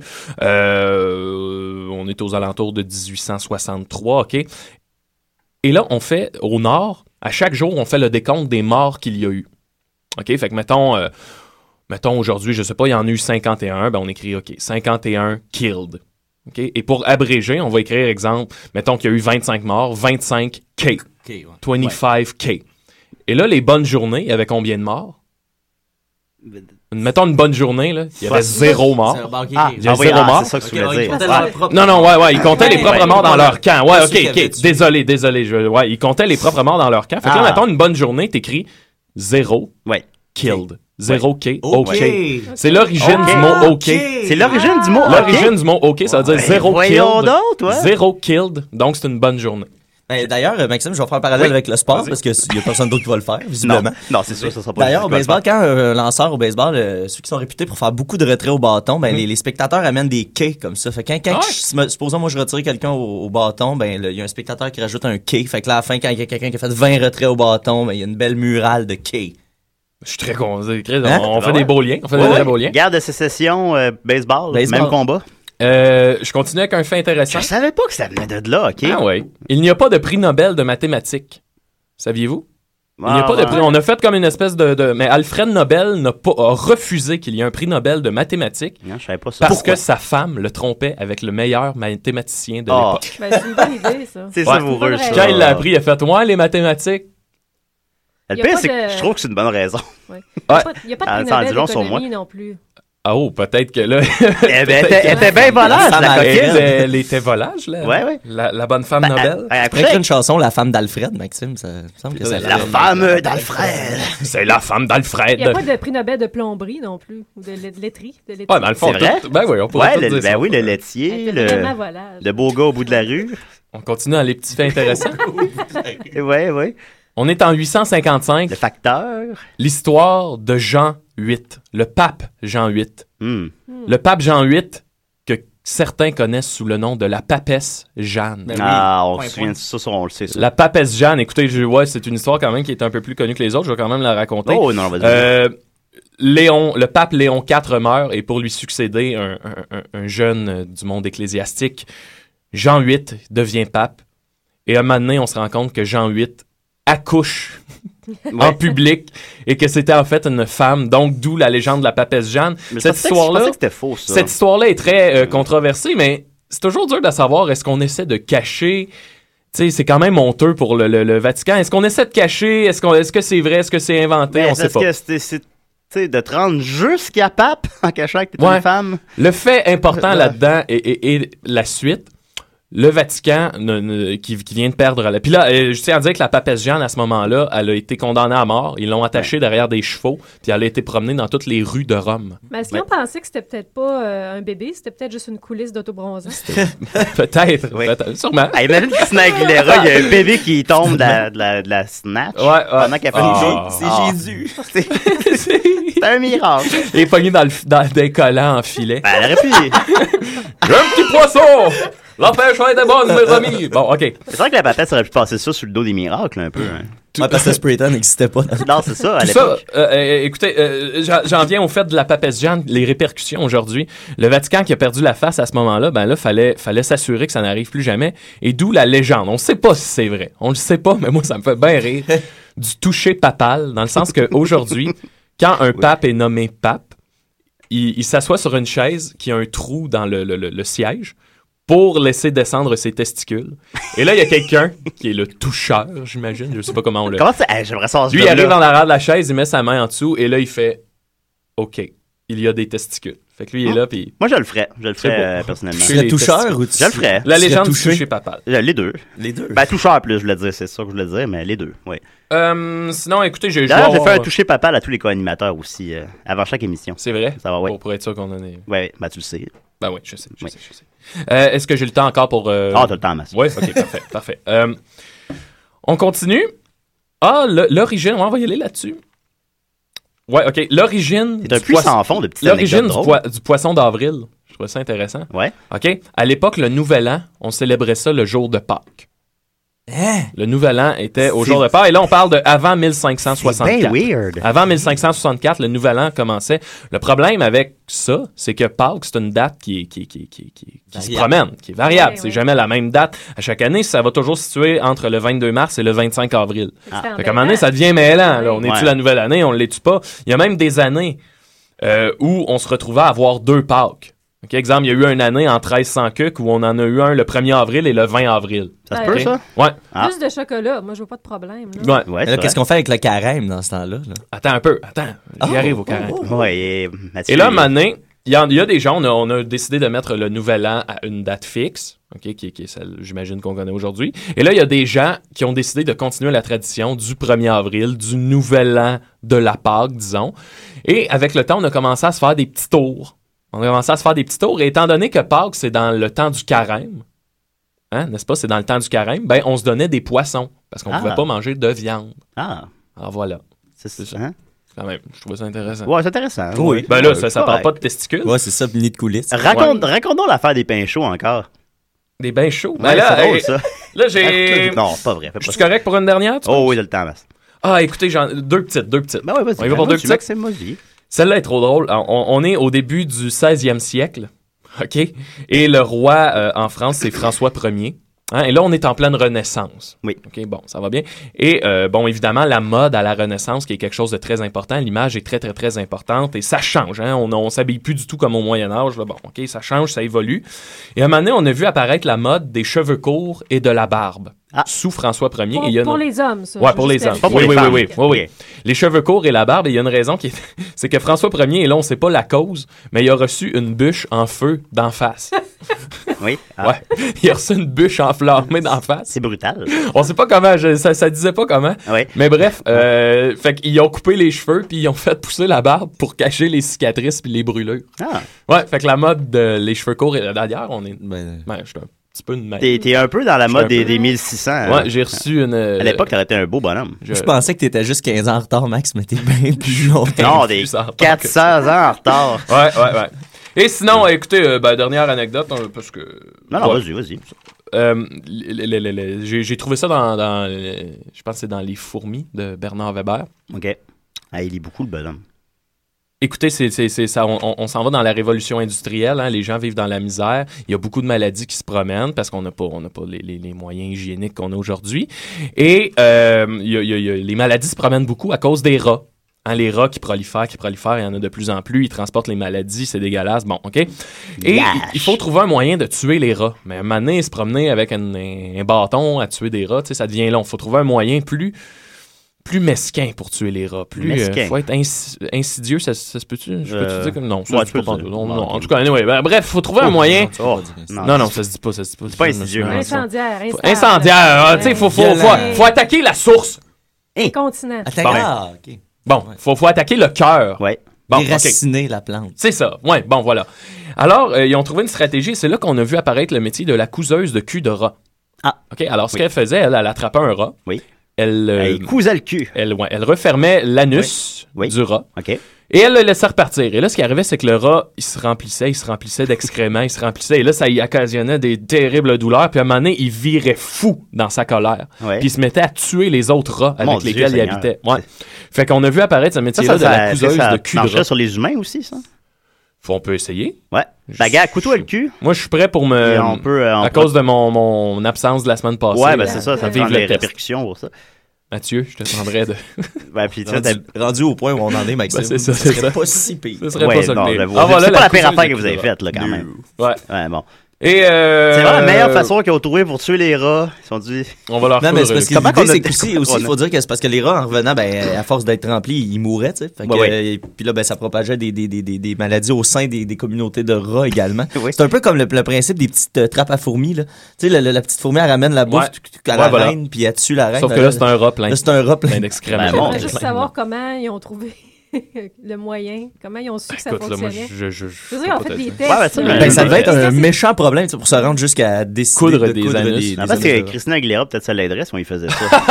Euh, on est aux alentours de dix-huit cent soixante-trois, OK? Et là, on fait, au Nord, à chaque jour, on fait le décompte des morts qu'il y a eu. OK? Fait que, mettons, euh, mettons aujourd'hui, je sais pas, il y en a eu cinquante et un, ben on écrit, OK, cinquante et un killed. OK? Et pour abréger, on va écrire, exemple, mettons qu'il y a eu vingt-cinq morts, vingt-cinq K. Ok, ouais. vingt-cinq K. Et là, les bonnes journées, il y avait combien de morts? Mettons une bonne journée, là, il y avait Ouais. zéro mort. C'est- bon, ok, Ah, ok. Il y a ah oui, zéro ah, mort. c'est ça que tu Ok, voulais ouais, ils dire. comptaient Ah, leurs propres- Non, non, ouais, ouais, ils comptaient les Ouais, propres ouais, morts dans ouais. leur camp. Ouais, Pas ok, ceux qui avaient ok, tué. désolé, désolé. Je, ouais, ils comptaient les propres morts dans leur camp. Fait que là, Ah. mettons une bonne journée, t'écris zéro Ouais. killed. Zéro K. OK. OK. C'est l'origine OK. du mot OK. C'est l'origine du mot OK. L'origine du mot OK, ça veut dire Ben, zéro voyons killed. donc, toi. Zéro killed. Donc, c'est une bonne journée. Ben, d'ailleurs, euh, Maxime, je vais faire un parallèle Oui. avec le sport Vas-y. parce qu'il n'y a personne d'autre qui va le faire, Non, visiblement. non, c'est sûr, ça sera pas D'ailleurs, au pas baseball, le quand un lanceur au baseball, euh, ceux qui sont réputés pour faire beaucoup de retraits au bâton, ben, Mhm. les, les spectateurs amènent des K comme ça. Fait que quand, quand Ah ouais? je- si- supposons moi je retire quelqu'un au, au bâton, ben, là, il y a un spectateur qui rajoute un K. Fait que là, à la fin, quand il y a quelqu'un qui a fait vingt retraits au bâton, ben, il y a une belle murale de K. Je suis très content. Chris, Hein? On, on fait Ah des ouais. beaux liens. On fait Ouais, des ouais. très beaux liens. Guerre de sécession, euh, baseball, Baseball. même combat. Euh, je continue avec un fait intéressant. Je savais pas que ça venait de là, OK? Ah ouais. Il n'y a pas de prix Nobel de mathématiques. Saviez-vous? Il n'y a Ah, pas de ouais. prix. On a fait comme une espèce de, de- mais Alfred Nobel n'a pas a refusé qu'il y ait un prix Nobel de mathématiques Non, je savais pas ça. parce Pourquoi? que sa femme le trompait avec le meilleur mathématicien de Ah. l'époque. Ben, c'est une bonne idée, ça. C'est Ouais. savoureux, ça. Quand il l'a appris, il a fait ouais les mathématiques. Le Y a pire, pas c'est de- que je trouve que c'est une bonne raison. Il n'y a pas, y a pas Ah, de prix ça en dit Nobel long sur d'économie non plus. Ah oh, peut-être que là. Eh ben, elle était- elle était bien volage, Ça la m'arrête. coquine. Elle, elle était volage là. Ouais, ouais. La, la bonne femme Ben, Nobel. à- Après, Après, une chanson, La femme d'Alfred, Maxime, ça me semble que c'est la femme d'Alfred. C'est la femme d'Alfred. Il n'y a pas de prix Nobel de plomberie non plus, ou de lait- de laiterie. De laiterie. Ouais, dans le fond, C'est vrai? tout- ben oui, on pourrait Ouais, tout le, dire ben ça. oui, le Elle laitier, était vraiment le, volage. le beau gars au bout de la rue. On continue dans les petits faits intéressants. Ouais, ouais. On est en huit cent cinquante-cinq. Le facteur. L'histoire de Jean huit, le pape Jean huit. Hmm. Le pape Jean huit, que certains connaissent sous le nom de la papesse Jeanne. Ben oui. Ah, on Point, se souvient de ça, ça, on le sait. Ça. La papesse Jeanne, écoutez, je vois, c'est une histoire quand même qui est un peu plus connue que les autres, je vais quand même la raconter. Oh, non, vas-y. Euh, Léon, le pape Léon quatre meurt et pour lui succéder, un, un- un- un jeune euh, du monde ecclésiastique, Jean huit, devient pape. Et à un moment donné, on se rend compte que Jean huit accouche en public et que c'était en fait une femme, donc d'où la légende de la papesse Jeanne. Mais je Cette pensais que- Je histoire-là, pensais que c'était faux, ça. cette histoire-là est très euh, controversée, mais c'est toujours dur de savoir est-ce qu'on essaie de cacher. Tu sais, c'est quand même honteux pour le, le- le Vatican. Est-ce qu'on essaie de cacher? Est-ce, qu'on, est-ce que c'est vrai? Est-ce que c'est inventé? Ben, On sait parce pas. que c'était- c'est, tu sais, de te rendre jusqu'à pape en cachant que t'es Ouais. une femme. Le fait important Ouais. là-dedans est, est- est la suite. Le Vatican ne- ne- qui, qui vient de perdre la... Puis là, euh, je tiens à dire que la papesse Jeanne, à ce moment-là, elle a été condamnée à mort. Ils l'ont attachée derrière des chevaux, puis elle a été promenée dans toutes les rues de Rome. Mais est-ce qu'ils ont pensé que c'était peut-être pas euh, un bébé, c'était peut-être juste une coulisse d'autobronzant? Peut-être, Oui. peut-être, sûrement. Ah, imagine Christina Aguilera, il y a un bébé qui tombe de la, de la, de la snatch Ouais, ouais. pendant qu'elle fait Ah. une joke. C'est Ah. Jésus. C'est, c'est un miracle. Il est pogné dans, le, dans des collants en filet. Ben, elle aurait pu. J'ai un petit poisson! La pêche a été bonne, mes amis! Bon, OK. C'est vrai que la papesse aurait pu passer ça sur le dos des miracles, un peu. Hein. Ouais, parce que le spray tan n'existait pas. Non, c'est ça, à Tout ça, l'époque. euh, euh, écoutez, euh, j'en- j'en viens au fait de la papesse Jeanne, les répercussions aujourd'hui. Le Vatican qui a perdu la face à ce moment-là, ben là, fallait, fallait s'assurer que ça n'arrive plus jamais. Et d'où la légende. On ne sait pas si c'est vrai. On le sait pas, mais moi, ça me fait bien rire. Du toucher papal, dans le sens qu'aujourd'hui, quand un pape est nommé pape, il, il s'assoit sur une chaise qui a un trou dans le, le- le- le siège pour laisser descendre ses testicules. Et là, il y a quelqu'un qui est le toucheur, j'imagine. Je sais pas comment on le... Comment ça? Hey, j'aimerais savoir ce Lui, il job-là. arrive dans l'arrière de la chaise, il met sa main en dessous, et là, il fait « OK, il y a des testicules. » Fait que lui, il est là, puis Moi, je le ferais. Je le C'est ferais, beau. euh, personnellement. Tu Toucher serais les toucheur testicules. ou tu Je le ferais. la tu serais légende du touché? toucher papal. Euh, Les deux. Les deux. Ben, toucheur plus, je voulais dire. C'est ça que je voulais dire, mais les deux, oui. Euh, sinon, écoutez, j'ai D'ailleurs, joué j'ai à- fait un toucher papal à tous les co-animateurs aussi, euh, avant chaque émission. C'est vrai? Ça va, ouais. Pour, pour être sûr qu'on en est... Ouais, ben, tu le sais. Ben oui, je sais, je Oui. sais, je sais. Euh, est-ce que j'ai le temps encore pour... Euh... Ah, t'as le temps, Mass. Ouais, OK, parfait, parfait. Euh, on continue. Ah, le- l'origine, on va y aller là-dessus. Ouais, OK, l'origine... C'est un du puits poisson- sans fond de petites L'origine anecdotes du, drôles. poi- du poisson d'avril. Je trouve ça intéressant. Ouais. OK? À l'époque, le Nouvel An, on célébrait ça le jour de Pâques. Hein? Le Nouvel An était au C'est- jour de Pâques. Et là, on parle de avant mille cinq cent C'est soixante-quatre. bien weird. Avant mille cinq cent soixante-quatre, le Nouvel An commençait. Le problème avec ça, c'est que Pâques, c'est une date qui, est- qui, qui, qui, qui, qui se Variable. promène, qui est variable. Ouais, c'est ouais. jamais la même date à chaque année. Ça va toujours se situer entre le vingt-deux mars et le vingt-cinq avril. C'était en Fait qu'à un moment donné, bel ça devient mêlant. Là. On Ouais. est-tu Ouais. la nouvelle année? On ne l'est-tu pas? Il y a même des années euh, où on se retrouvait à avoir deux Pâques. Ok, exemple, il y a eu une année en treize cents cucs où on en a eu un le premier avril et le vingt avril. Ça se Ouais. peut, Ok? ça? Ouais. Ah. Plus de chocolat. Moi, je vois pas de problème. Là. Ouais. Ouais, Mais c'est là, qu'est-ce vrai. qu'on fait avec le carême dans ce temps-là? là? Attends un peu. Attends. J'y Oh, arrive au oh, carême. oh. Ouais, et Mathieu, Et là, à un moment donné, Il y, en, il y a des gens, on a, on a décidé de mettre le nouvel an à une date fixe, ok, qui, qui est celle, j'imagine, qu'on connaît aujourd'hui. Et là, il y a des gens qui ont décidé de continuer la tradition du premier avril, du nouvel an de la Pâque, disons. Et avec le temps, on a commencé à se faire des petits tours. On a commencé à se faire des petits tours. Et étant donné que Pâques, c'est dans le temps du carême, hein, n'est-ce pas? C'est dans le temps du carême, ben, on se donnait des poissons parce qu'on ne Ah. pouvait pas manger de viande. Ah, Alors voilà. c'est C'est ça. ça. Hein? Quand même, je trouvais ça intéressant. Ouais, c'est intéressant. Oui. Ben là, ça, ça correct. parle pas de testicules. Ouais, c'est ça, nid de coulisses. Raconte, raconte donc l'affaire des pains chauds encore. Des bains chauds. Ben Ouais, là, c'est drôle, hey, ça. là, j'ai... Non, c'est pas vrai. Fais Je pas suis ça. correct pour une dernière, tu Oh penses? oui, t'as le temps, Mass. Ah, écoutez, j'en... deux petites, deux petites. Ben ouais, vas-y. On y va pour deux tu petites? c'est vas-y. Celle-là est trop drôle. On, on est au début du seizième siècle, OK? Et le roi euh, en France, c'est François Ier. Hein? Et là, on est en pleine Renaissance. Oui. OK, bon, ça va bien. Et, euh, bon, évidemment, la mode à la Renaissance, qui est quelque chose de très important, l'image est très, très, très importante et ça change. Hein? On, on s'habille plus du tout comme au Moyen-Âge. Là. Bon, OK, ça change, ça évolue. Et à un moment donné, on a vu apparaître la mode des cheveux courts et de la barbe. Ah. Sous François Ier. Pour, Et il y a pour une- les hommes, ça. Ouais, Je pour veux les juste hommes. Pas pour oui, les oui, femmes. oui, oui, oui, oui. Ok. Les cheveux courts et la barbe, et il y a une raison qui est... c'est que François Ier, et là, on sait pas la cause, mais il a reçu une bûche en feu d'en face. Oui. Ah, Ouais. Il a reçu une bûche enflammée d'en face. c'est brutal. On sait pas comment, je- ça, ça disait pas comment. Oui. Mais bref, euh, fait qu'ils ont coupé les cheveux, puis ils ont fait pousser la barbe pour cacher les cicatrices puis les brûlures. Ah. Ouais, fait que la mode de les cheveux courts, et d'ailleurs, on est... Ben, Ben, je suis un petit peu une merde. T'es, t'es un peu dans la Je mode suis un des, peu- des mille six cents. hein. Ouais, j'ai reçu une... À l'époque, t'aurais été un beau bonhomme. je- je pensais que t'étais juste quinze ans en retard, Max, mais t'es bien plus longtemps. Non, des plus en retard quatre cents ans en retard. Ouais, ouais, ouais. Et sinon, écoutez, euh, ben, dernière anecdote, hein, parce que... Non, non, Ouais. vas-y, vas-y. Euh, le- le- le- le- j'ai, j'ai trouvé ça dans... dans le- je pense que c'est dans Les Fourmis de Bernard Weber. OK. Ah, il lit beaucoup, le bonhomme. Écoutez, c'est, c'est, c'est ça, on, on- on s'en va dans la révolution industrielle. Hein, les gens vivent dans la misère. Il y a beaucoup de maladies qui se promènent parce qu'on n'a pas, on n'a pas les, les- les moyens hygiéniques qu'on a aujourd'hui. Et euh, il y a- il y a- il y a- les maladies se promènent beaucoup à cause des rats. Hein, les rats qui prolifèrent, qui prolifèrent, il y en a de plus en plus. Ils transportent les maladies, c'est dégueulasse. Bon, OK? Et il, Yash. il faut trouver un moyen de tuer les rats. Mais à un moment donné, se promener avec un, un- un bâton à tuer des rats, tu sais, ça devient long. Il faut trouver un moyen plus... plus mesquin pour tuer les rats. Plus, Mesquin. euh, faut être insi- insidieux, ça, ça se peut-tu? Je peux-tu Euh, dire que non? Ça ouais, se dit tu peux pas le pantoute. dire. Non, Ouais, non. ok. En tout cas, anyway, ben, bref, faut trouver un moyen. Oh, non. Non, non, ça se dit pas, ça se dit pas. C'est pas insidieux, hein. Incendiaire, instable. Incendiaire, ah, tu sais, faut, faut, faut, Violent. faut attaquer la source. Continent. Attends, Bon. ah, ok. Bon, faut, faut attaquer le cœur. Ouais. Bon, ok. Déraciner la plante. C'est ça. Ouais, bon, voilà. Alors, euh, ils ont trouvé une stratégie. C'est là qu'on a vu apparaître le métier de la couseuse de cul de rat. Ah. OK, alors ce Oui. qu'elle faisait, elle, elle attrapait un rat. Oui. Elle, euh, Ah, il cousait le cul. elle, ouais, elle refermait l'anus Oui. Oui. du rat. OK. Et elle le laissait repartir. Et là, ce qui arrivait, c'est que le rat, il se remplissait, il se remplissait d'excréments, il se remplissait. Et là, ça y occasionnait des terribles douleurs. Puis à un moment donné, il virait fou dans sa colère. Ouais. Puis il se mettait à tuer les autres rats avec Mon Dieu, lesquels il Seigneur. habitait. Ouais. Fait qu'on a vu apparaître ce Ça, métier-là ça, de la ça, couseuse ça de cul de marcherait rat. sur les humains aussi, ça? Faut, on peut essayer. Ouais. Ben, gars, couteau le cul. Moi, je suis prêt pour me... Et on peut, euh, on à peut- cause de mon, mon absence de la semaine passée. Ouais, ben là, c'est ça, ça vive prend le des test. répercussions pour ça. Mathieu, je te demanderais de... Ben, puis tu sais, Rendu, rendu au point où on en est, Maxime. Ben, c'est ça, ce c'est serait ça. pas si pire. Ce serait ouais, pas ça non, le pire. j'avoue. Ah, voilà, c'est pas la pire couseuse affaire de que vous avez cul de rat. faite, là, quand même. Ouais. Ouais, bon. Et euh... C'est vraiment la meilleure façon qu'ils ont trouvé pour tuer les rats. Ils se sont dit. On va leur Non, mais coudre c'est parce que le Comment l'idée, qu'on a- c'est qu'aussi, aussi, il faut dire que c'est parce que les rats, en revenant, ben, à force d'être remplis, ils mouraient, tu sais. Fait que, Ouais, ouais. euh, puis là, ben, ça propageait des, des, des, des, des maladies au sein des, des communautés de rats également. Oui. C'est un peu comme le, le principe des petites euh, trappes à fourmis, là. Tu sais, le- le- la petite fourmi, elle ramène la bouffe Ouais. tuc, tuc, à Ouais, la voilà. reine, puis elle tue la reine. Sauf que Ben, là, c'est un rat plein, Là, c'est un rat plein. plein d'excréments. Ben, bon. J'aimerais juste Plein de savoir morts. comment ils ont trouvé le moyen, comment ils ont su que ça Écoute, là, moi, fonctionnait. je... je, je, Je veux dire, en fait, des tests. Ouais, ben, ça, là. Ben, ça devait être Est-ce que un c'est- méchant problème, tu sais, pour se rendre jusqu'à décider Coudre de des coudre anus. des, des En fait, anus c'est de rat. Christina Aguilera, peut-être ça l'aiderait si on y faisait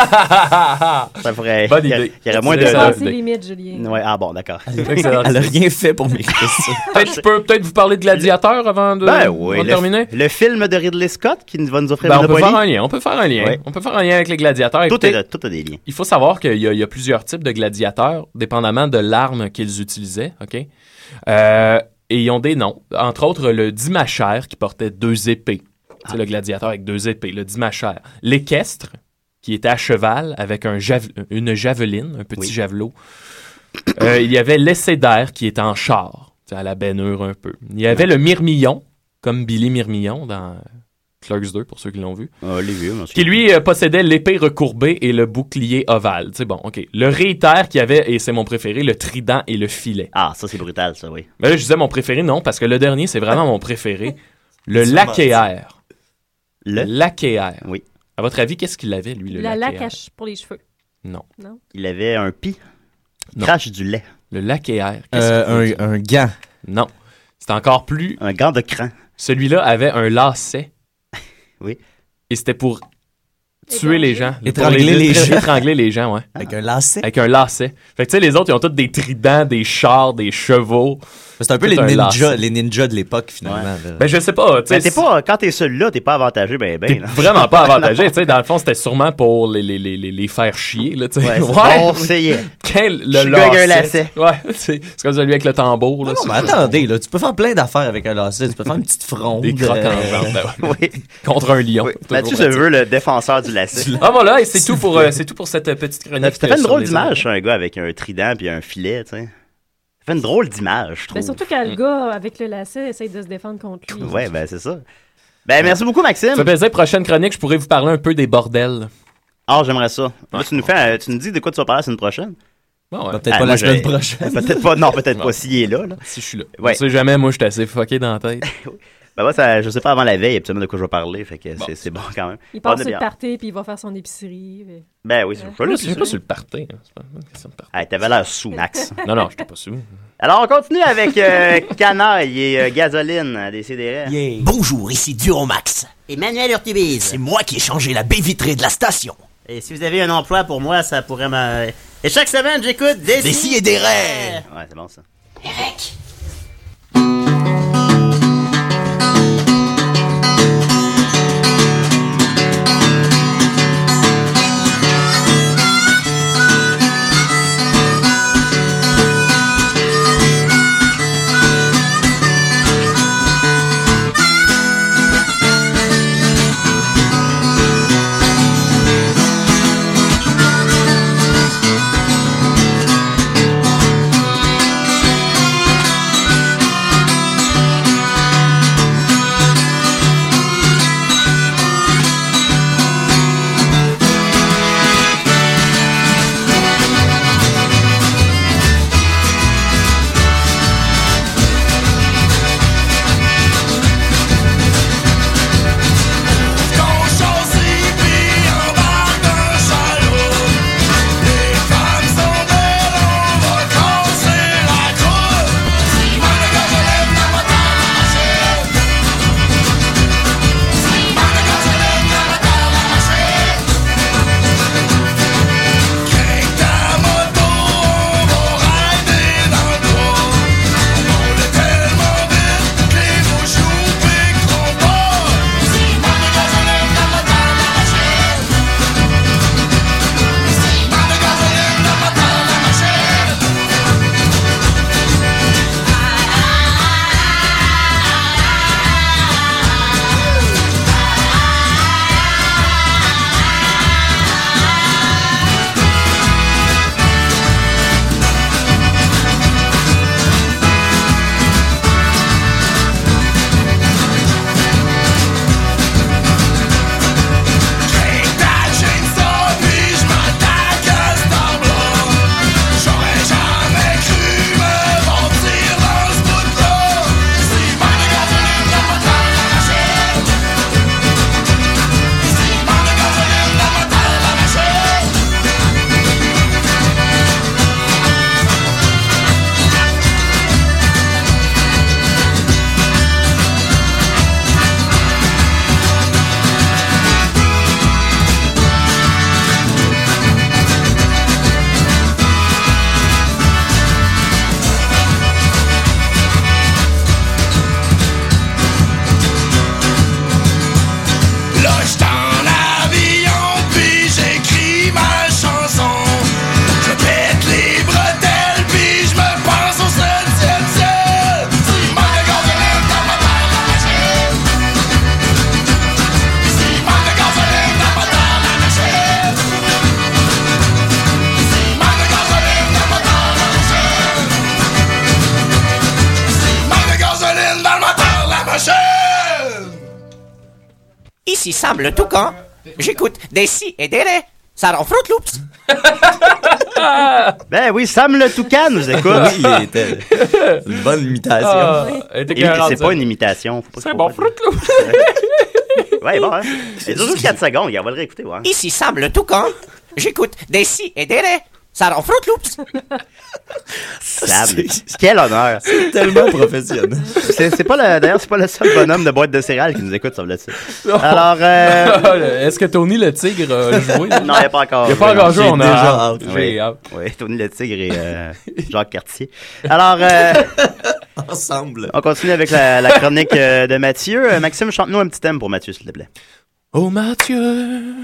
ça. Ça ferait. Bonne il y a- idée. Il y aurait moins C'est de. ça. Passé limite, Julien. Ouais, ah bon, d'accord. Excellent. Elle a rien fait pour mériter ça. Peut-être je peux peut-être vous parler de Gladiateur avant de, Ben oui. avant de le, terminer. le film de Ridley Scott qui va nous offrir Ben, on peut Monopoly. faire un lien. On peut faire un lien. Ouais. On peut faire un lien avec les gladiateurs. Tout, Écoutez, est, tout a des liens. il faut savoir qu'il y, a- il y a plusieurs types de gladiateurs, dépendamment de l'arme qu'ils utilisaient. Ok. Euh, et ils ont des noms. Entre autres, le dimachère qui portait deux épées. C'est le gladiateur avec deux épées. Le dimachère. L'équestre qui était à cheval avec un jave- une javeline, un petit Oui. javelot. Euh, il y avait l'essaidaire qui était en char, tu sais, à la baignure un peu. Il y avait le mirmillon, comme Billy Mirmillon dans Clerks deux, pour ceux qui l'ont vu. Ah, les vieux, moi, Qui, lui, euh, possédait l'épée recourbée et le bouclier ovale. Tu sais, bon, OK. Le réitère qui avait, et c'est mon préféré, le trident et le filet. Ah, ça, c'est brutal, ça, oui. Mais là, je disais mon préféré, non, parce que le dernier, c'est vraiment mon préféré. Le Ça laquéaire. Le? Laquéaire. Oui. À votre avis, qu'est-ce qu'il avait, lui, le La laquéaire? laque à- pour les cheveux. Non. Non? Il avait un pis. Non. Crache du lait. Le laquéaire. Qu'est-ce Euh, qu'il veut un, dire? un gant. Non. C'est encore plus... Un gant de cran. Celui-là avait un lacet. Oui. Et c'était pour tuer Égorger. les gens. Étrangler Pour les gens. Étrangler les gens, ouais. Avec un lacet. Avec un lacet. Fait que tu sais, les autres, ils ont tous des tridents, des chars, des chevaux. C'est un peu Tout les un ninjas, lacet. les ninjas de l'époque, finalement. là. Ben, je sais pas, tu sais. Mais t'es pas, quand t'es seul là, t'es pas avantagé, ben, ben. T'es là. vraiment pas avantagé, tu sais. Dans le fond, c'était sûrement pour les, les, les, les, les faire chier, là, tu sais. Ouais, c'est bon, ça y est. Quel, le Je suis le gars avec un lacet. lacet. Ouais, tu sais, c'est comme celui avec le tambour, là. Non, mais attendez, là, tu peux faire plein d'affaires avec un lacet. Tu peux faire une petite fronde. Des crocs en euh, jambe, ben ouais. Oui. Contre un lion. Oui. Toujours Mathieu se pratique. veut le défenseur du lacet. Ah, voilà, et c'est tout pour, euh, c'est tout pour cette euh, petite chronique. Ça fait une sur drôle les d'image, un gars avec un trident puis un filet, tu sais. Ça fait une drôle d'image, je trouve. Ben, surtout quand le gars, avec le lacet, essaye de se défendre contre lui. Ouais, ben, c'est ça. Ben, merci beaucoup, Maxime. Ça fait plaisir. Prochaine chronique, je pourrais vous parler un peu des bordels. Ah, j'aimerais ça. Là, Ouais. tu nous fais, euh, tu nous dis de quoi tu vas parler la semaine prochaine? Bon, ouais. bah, peut-être Ah, pas moi, la semaine j'ai- prochaine. Peut-être pas, non, peut-être Ouais. pas s'il est là, là. Si je suis là. Ouais. On sait jamais, moi, je suis assez fucké dans la tête. Ben, moi, ça, je sais pas avant la veille, absolument de quoi je vais parler, fait que Bon, c'est, c'est bon quand même. Il On passe est sur le bien. party, puis il va faire son épicerie. puis- Ben oui, c'est Ouais. pas là, Je suis pas sur le party. hein. C'est pas une question de party. Hey, t'avais l'air sous, Max. Non, non, je t'ai pas sous. Alors, on continue avec euh, Canaille et euh, Gasoline, à Décideret. Yeah. Bonjour, ici Duromax. Emmanuel Urtubise. C'est moi qui ai changé la baie vitrée de la station. Et si vous avez un emploi pour moi, ça pourrait m'a... Et chaque semaine, j'écoute des... Des si et des raies. Ouais, c'est bon, ça. Eric. Ici Sam le Toucan. J'écoute des si et des ré. Ça rend Fruit Loops. Ben oui, Sam le Toucan nous écoute. Oui, il était une bonne imitation. Ah, elle était Il- écœurante, c'est ça. pas une imitation. Faut pas C'est trop bon, pas- Fruit Loops. Ouais, bon, hein. C'est juste quatre secondes, on va le réécouter, ouais. Ici Sam le Toucan. J'écoute des si et des ré. Ça rend Fruit Loops. Sam, quel honneur. Tellement professionnel. C'est, c'est pas le, d'ailleurs, c'est pas le seul bonhomme de boîte de céréales qui nous écoute sur le site. Alors, euh... Est-ce que Tony le Tigre a joué? là? non, il n'y a pas encore. Il n'y a pas encore joué, J'ai on a déjà hâte. hâte. J'ai Oui. hâte. Oui, Tony le Tigre et euh, Jacques Cartier. Alors, euh, Ensemble. on continue avec la, la chronique euh, de Mathieu. Euh, Maxime, chante-nous un petit thème pour Mathieu, s'il te plaît. Oh Mathieu,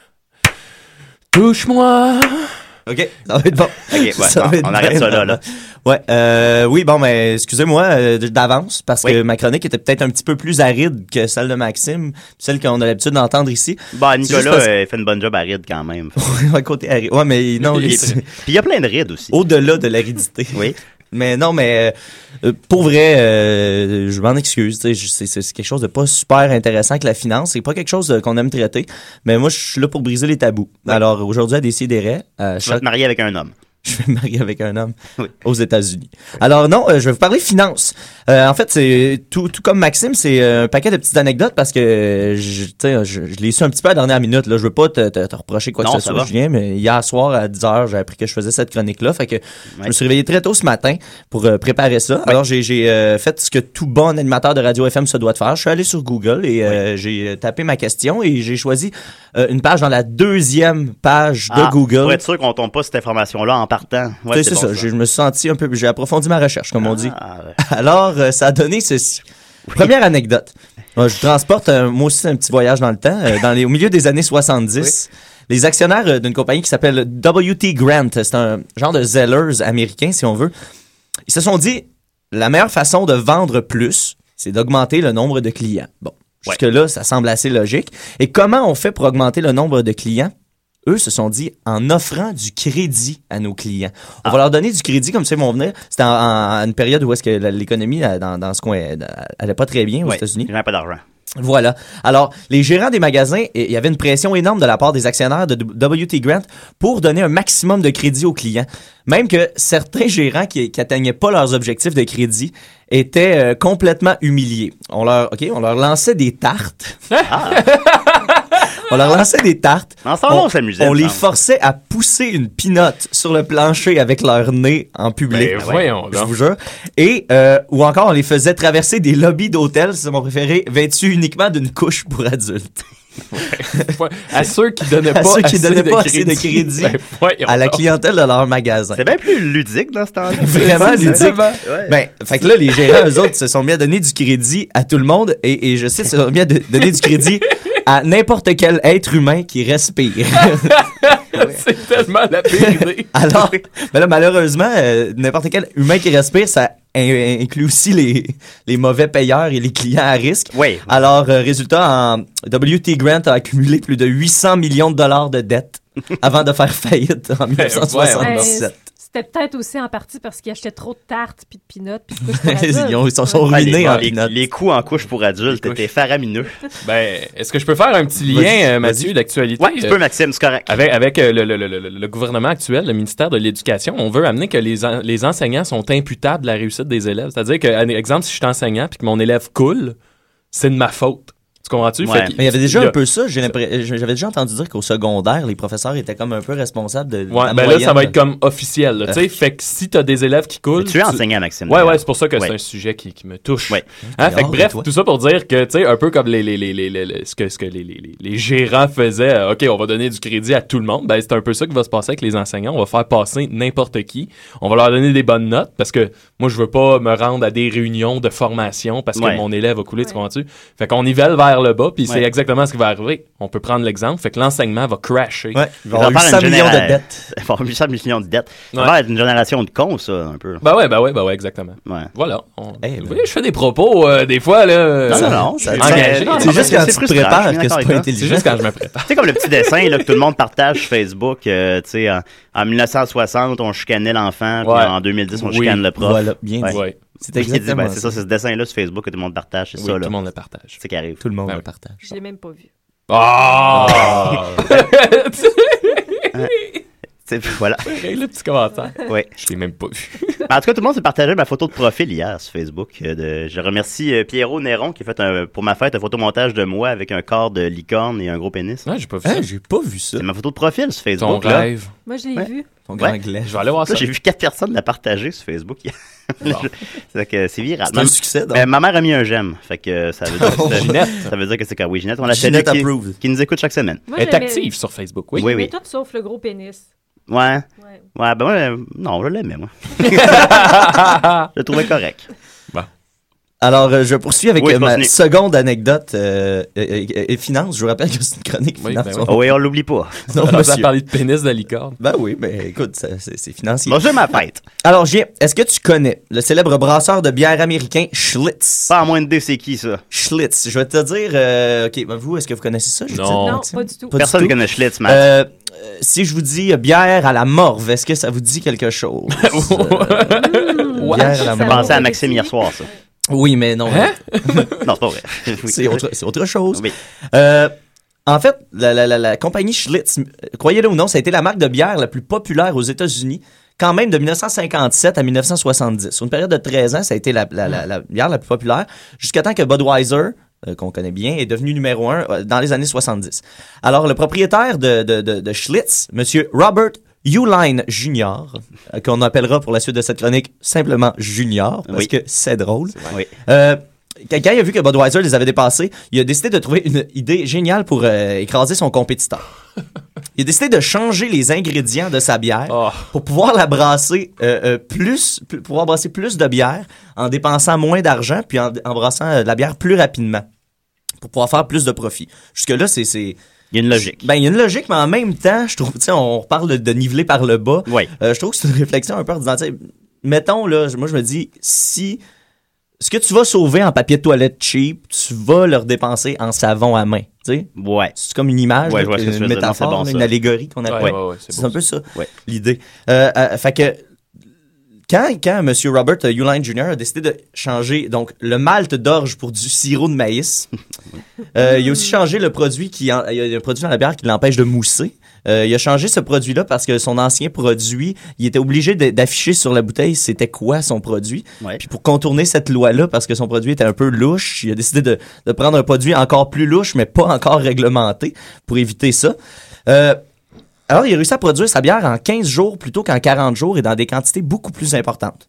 touche-moi. OK, ça va être bon. Ok, ouais, Ça bon, va être on arrête bien ça là, marrant. là. Ouais, euh, oui, bon, mais excusez-moi euh, d'avance parce Oui. que ma chronique était peut-être un petit peu plus aride que celle de Maxime, celle qu'on a l'habitude d'entendre ici. Bah, C'est juste Nicolas parce- euh, fait une bonne job à ride quand même. Ouais, côté aride. Ouais, mais non, Puis les- puis il y a plein de rides aussi. au-delà de l'aridité. Oui. Mais non, mais euh, pour vrai, euh, je m'en excuse. tu sais, je- C'est c'est- c'est quelque chose de pas super intéressant que la finance. C'est pas quelque chose euh, qu'on aime traiter. Mais moi, je suis là pour briser les tabous. Alors aujourd'hui, à Décideret, euh, Tu vas te marier avec un homme. je vais me marier avec un homme Oui. aux États-Unis. Alors non, euh, je vais vous parler finance. Euh, en fait, c'est tout, tout comme Maxime, c'est euh, un paquet de petites anecdotes parce que euh, je, tu sais, je, je l'ai su un petit peu à la dernière minute. Là, je veux pas te, te, te reprocher quoi Non, que ce ça soit, va. Julien, mais hier soir à dix heures, j'ai appris que je faisais cette chronique-là. Fait que je me suis réveillé très tôt ce matin pour euh, préparer ça. Alors j'ai, j'ai euh, fait ce que tout bon animateur de radio F M se doit de faire. Je suis allé sur Google et euh, j'ai tapé ma question et j'ai choisi euh, une page dans la deuxième page de Ah, Google. Pour être sûr qu'on tombe pas cette information-là en partant. Ouais, Tu sais, c'est bon, ça. Je, je me suis senti un peu, j'ai approfondi ma recherche, comme on dit. Ah, ouais. Alors, euh, ça a donné ceci. Première anecdote. Euh, je transporte, euh, moi aussi, un petit voyage dans le temps. Euh, dans les, au milieu des années soixante-dix, les actionnaires euh, d'une compagnie qui s'appelle W T Grant, c'est un genre de Zellers américain, si on veut, ils se sont dit, la meilleure façon de vendre plus, c'est d'augmenter le nombre de clients. Bon, jusque-là, ça semble assez logique. Et comment on fait pour augmenter le nombre de clients? Eux se sont dit en offrant du crédit à nos clients. On va leur donner du crédit comme ça ils vont venir. C'était en, en- une période où est-ce que la- l'économie euh, dans, dans ce coin euh, allait pas très bien aux Ouais, États-Unis. J'ai pas d'argent. Voilà. Alors, les gérants des magasins, il y avait une pression énorme de la part des actionnaires de W T Grant pour donner un maximum de crédit aux clients. Même que certains gérants qui, qui atteignaient pas leurs objectifs de crédit étaient euh, complètement humiliés. On leur, OK, on leur lançait des tartes. On leur lançait des tartes. En ce temps-là, on on s'amusait, on me les semble. forçait à pousser une pinotte sur le plancher avec leur nez en public. Ben, voyons Je donc. vous jure. Et, euh, ou encore, on les faisait traverser des lobbies d'hôtels, c'est mon préféré, vêtus uniquement d'une couche pour adultes. Ouais, à ceux qui donnaient À pas ceux qui assez donnaient de pas assez de crédit. crédit Ben, voyons à la donc. clientèle de leur magasin. C'est bien plus ludique dans ce temps-là. Vraiment ludique. Ouais. Ben, fait que là, les gérants, eux autres, se sont mis à donner du crédit à tout le monde et, et je sais, se sont mis à de- donner du crédit à n'importe quel être humain qui respire. C'est tellement la pire idée. Alors, ben là, malheureusement, euh, n'importe quel humain qui respire, ça in- inclut aussi les, les mauvais payeurs et les clients à risque. Oui. Alors, euh, résultat, en, W T Grant a accumulé plus de huit cents millions de dollars de dettes avant de faire faillite en dix-neuf cent soixante-dix-sept. C'était peut-être aussi en partie parce qu'ils achetaient trop de tartes, puis de peanuts, puis de couches pour adultes. Ils ont- ils sont- sont Ben, ruinés les, en les, peanuts. les coûts en couche pour adultes Les couches. étaient faramineux. Ben, est-ce que je peux faire un petit lien, Vas-y, euh, Mathieu, vas-y. d'actualité? Ouais, tu euh, peux, Maxime, c'est correct. Avec, avec euh, le, le, le, le, le gouvernement actuel, le ministère de l'Éducation, on veut amener que les, en- les enseignants sont imputables de la réussite des élèves. C'est-à-dire que, un exemple, si je suis enseignant puis que mon élève coule, c'est de ma faute. Tu comprends-tu? Ouais. Fait qu'il- Mais il y avait déjà il y a- un peu ça. J'ai l'impression- J'avais déjà entendu dire qu'au secondaire, les professeurs étaient comme un peu responsables de, de Ouais, la ben là, moyenne. ça va être comme officiel. là, tu sais. Fait que si t'as des élèves qui coulent. Mais tu es enseignant, Maxime. Ouais, d'ailleurs. ouais, c'est pour ça que Ouais. c'est un sujet qui, qui me touche. Ouais. Hein, fait que hâte de bref, toi. tout ça pour dire que, tu sais, un peu comme les, les, les, les, les- les- ce que, ce que les, les, les- les gérants faisaient, euh, OK, on va donner du crédit à tout le monde, ben c'est un peu ça qui va se passer avec les enseignants. On va faire passer n'importe qui. On va leur donner des bonnes notes parce que moi, je veux pas me rendre à des réunions de formation parce que Ouais. mon élève a coulé, tu Ouais. comprends-tu? Fait qu'on nivelle vers le bas, puis c'est Ouais. exactement ce qui va arriver. On peut prendre l'exemple, fait que l'enseignement va crasher. Ouais, il va Il y va avoir faire huit cents une millions de généra- dettes. Il va avoir huit cents millions de dettes. Ça Ouais. va être une génération de cons, ça, un peu. Ben ouais, ben ouais, ben ouais, exactement. Ouais. Voilà. On- Eh Vous ben. voyez, je fais des propos, euh, des fois, là. Non, euh, non, non. ça- c'est- engagé. non, C'est non, juste mais quand tu te frustrant, je prépares suis que d'accord c'est avec pas toi. intelligent. C'est juste quand je me prépare. Tu sais, comme le petit dessin là, que tout le monde partage sur Facebook, euh, tu sais, en, en mille neuf cent soixante, on chicanait l'enfant, puis Ouais. en deux mille dix, on Oui. chicane le prof. Voilà, bien Ouais. dit. Ouais. C'est Puis il dit, exactement ben, c'est ça, c'est ce dessin-là sur Facebook que tout le monde partage, c'est Oui, ça, tout là. le monde le partage. C'est ça qui arrive. Tout le monde Ben le oui. partage. Je l'ai même pas vu. Ah! C'est- Voilà. Le petit commentaire. Oui. Je l'ai même pas vu. En tout cas, tout le monde s'est partagé ma photo de profil hier sur Facebook. euh, De... Je remercie euh, Pierrot Néron qui a fait un, pour ma fête un photomontage de moi avec un corps de licorne et un gros pénis. Ouais, j'ai pas vu Hein, ça. j'ai pas vu ça. C'est ma photo de profil sur Ton Facebook. là. rêve. Moi, je l'ai Ouais. vu. Ton Ouais. grand glaive. Je vais aller voir ça. Là, j'ai vu quatre personnes la partager sur Facebook hier. c'est que c'est viral. C'est un Même- succès, donc. Ben, ma mère a mis un j'aime. Fait que ça veut dire que c'est- Ginette. ça veut dire que c'est quand oui, Ginette, on la salue, Ginette qui, approved. qui nous écoute chaque semaine. Moi, Elle est j'aimais- active sur Facebook, oui. Oui, j'aimais oui. tout sauf le gros pénis. Ouais. Ouais. Ouais, ben ouais, non, je l'aimais, moi. Je le trouvais correct. Alors, euh, je poursuis avec Oui, euh, ma continue. seconde anecdote euh, euh, euh, et finance. Je vous rappelle que c'est une chronique Oui, finance. ben oui. Oh oui, on l'oublie pas. Non, Alors, ça a monsieur. parlé de pénis de licorne. Ben oui, mais écoute, ça, c'est, c'est financier. Bon, c'est ma fête. Alors, Gien, est-ce que tu connais le célèbre brasseur de bière américain Schlitz? Pas à moins de deux, c'est qui, ça? Schlitz. Je vais te dire, euh, ok, ben vous, est-ce que vous connaissez ça? Judith, Non. Non, Maxime? pas du tout. Pas du Personne ne tout. connaît Schlitz, Matt. Euh, euh, si je vous dis euh, bière à la morve, est-ce que ça vous dit quelque chose? Euh, bière à la Je morve. pensais à Maxime hier soir, ça. Oui, mais non. Hein? Non, c'est pas vrai. Oui. C'est autre, c'est autre chose. Oui. Euh, en fait, la, la, la, la compagnie Schlitz, euh, croyez-le ou non, ça a été la marque de bière la plus populaire aux États-Unis, quand même de dix-neuf cent cinquante-sept à dix-neuf cent soixante-dix. Sur une période de treize ans, ça a été la, la, la, la bière la plus populaire, jusqu'à temps que Budweiser, euh, qu'on connaît bien, est devenu numéro un euh, dans les années soixante-dix. Alors, le propriétaire de, de, de, de Schlitz, Monsieur Robert Uline Junior, euh, qu'on appellera pour la suite de cette chronique simplement Junior, parce Oui. que c'est drôle. Oui. Euh, quand il a vu que Budweiser les avait dépassés, il a décidé de trouver une idée géniale pour euh, écraser son compétiteur. Il a décidé de changer les ingrédients de sa bière Oh. pour pouvoir la brasser euh, euh, plus, plus- pouvoir brasser plus de bière en dépensant moins d'argent puis en, en brassant euh, de la bière plus rapidement pour pouvoir faire plus de profit. Jusque-là, c'est... c'est Il y a une logique. Ben, il y a une logique, mais en même temps, je trouve, tu sais, on parle de, de niveler par le bas. Oui. Euh, je trouve que c'est une réflexion un peu en disant, tu sais, mettons, là, moi, je me dis, si ce que tu vas sauver en papier de toilette cheap, tu vas le redépenser en savon à main, tu sais. Ouais. C'est comme une image, Ouais, là, je vois ce que une tu veux dire. Non, métaphore, c'est bon, là, ça. une allégorie qu'on appelle. Ouais, ouais, ouais, c'est c'est beau, un peu ça, Ouais. l'idée. Euh, euh, fait que, quand, quand M. Robert euh, Uline Junior a décidé de changer donc le malt d'orge pour du sirop de maïs, euh, il a aussi changé le produit qui en- il y a un produit dans la bière qui l'empêche de mousser. Euh, il a changé ce produit-là parce que son ancien produit, il était obligé de- d'afficher sur la bouteille c'était quoi son produit. Ouais. Puis pour contourner cette loi-là, parce que son produit était un peu louche, il a décidé de, de prendre un produit encore plus louche, mais pas encore réglementé, pour éviter ça. Euh, alors, il a réussi à produire sa bière en quinze jours plutôt qu'en quarante jours et dans des quantités beaucoup plus importantes.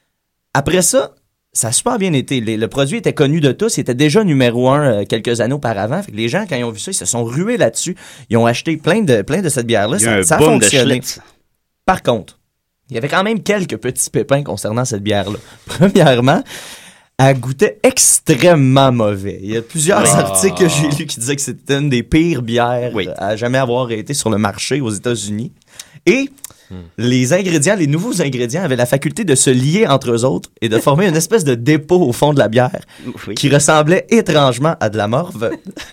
Après ça, ça a super bien été. Les- le produit était connu de tous. Il était déjà numéro un euh, quelques années auparavant. Fait que les gens, quand ils ont vu ça, ils se sont rués là-dessus. Ils ont acheté plein de, plein de cette bière-là. Il y a Ça, un ça a boom de fonctionné. Schlitz. Par contre, il y avait quand même quelques petits pépins concernant cette bière-là. Premièrement, elle goûtait extrêmement mauvais. Il y a plusieurs Ah. articles que j'ai lus qui disaient que c'était une des pires bières Oui. à jamais avoir été sur le marché aux États-Unis. Et les ingrédients, les nouveaux ingrédients avaient la faculté de se lier entre eux autres et de former une espèce de dépôt au fond de la bière Oui. qui ressemblait étrangement à de la morve.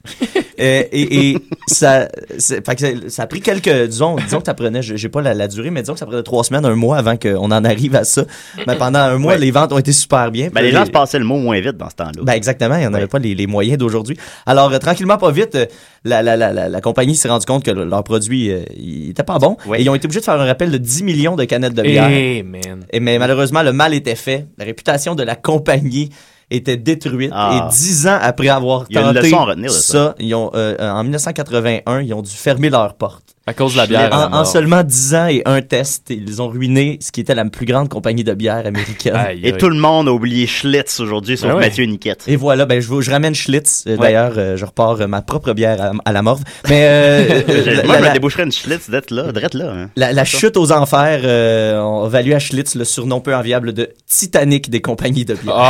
Euh, et, et ça, c'est- fait que ça, ça a pris quelques, disons, disons que ça prenait, j'ai j'ai pas la, la durée, mais disons que ça prenait trois semaines, un mois avant qu'on en arrive à ça. Mais pendant un mois, Ouais. les ventes ont été super bien. Ben, Puis les là, gens se passaient le mot moins vite dans ce temps-là. ben exactement, il n'y en avait Ouais. pas les, les moyens d'aujourd'hui. Alors, euh, tranquillement, pas vite, euh, la, la, la, la, la compagnie s'est rendu compte que le- leur produit, euh, il était pas bon. Ouais. Et ils ont été obligés de faire un rappel de dix millions de canettes de bière. Eh, man. Et, mais malheureusement, le mal était fait. La réputation de la compagnie était détruite. Ah. Et dix ans après avoir Il y a une tenté leçon à retenir de ça. ils ont, euh, euh, en dix-neuf cent quatre-vingt-un, ils ont dû fermer leurs portes. À cause de la bière. à la En, en mort. seulement dix ans et un test, ils ont ruiné ce qui était la plus grande compagnie de bière américaine. Aïe, Et aïe. tout le monde a oublié Schlitz aujourd'hui, sauf Ah ouais. Mathieu Niquette. Et voilà, ben je, vous- je ramène Schlitz. Euh, D'ailleurs, euh, je repars euh, ma propre bière à, à la morve. Mais euh, euh, la, Moi, je la- me déboucherais une Schlitz d'être là, d'être là. Hein. la- la chute aux enfers, euh, on value à Schlitz le surnom peu enviable de Titanic des compagnies de bière.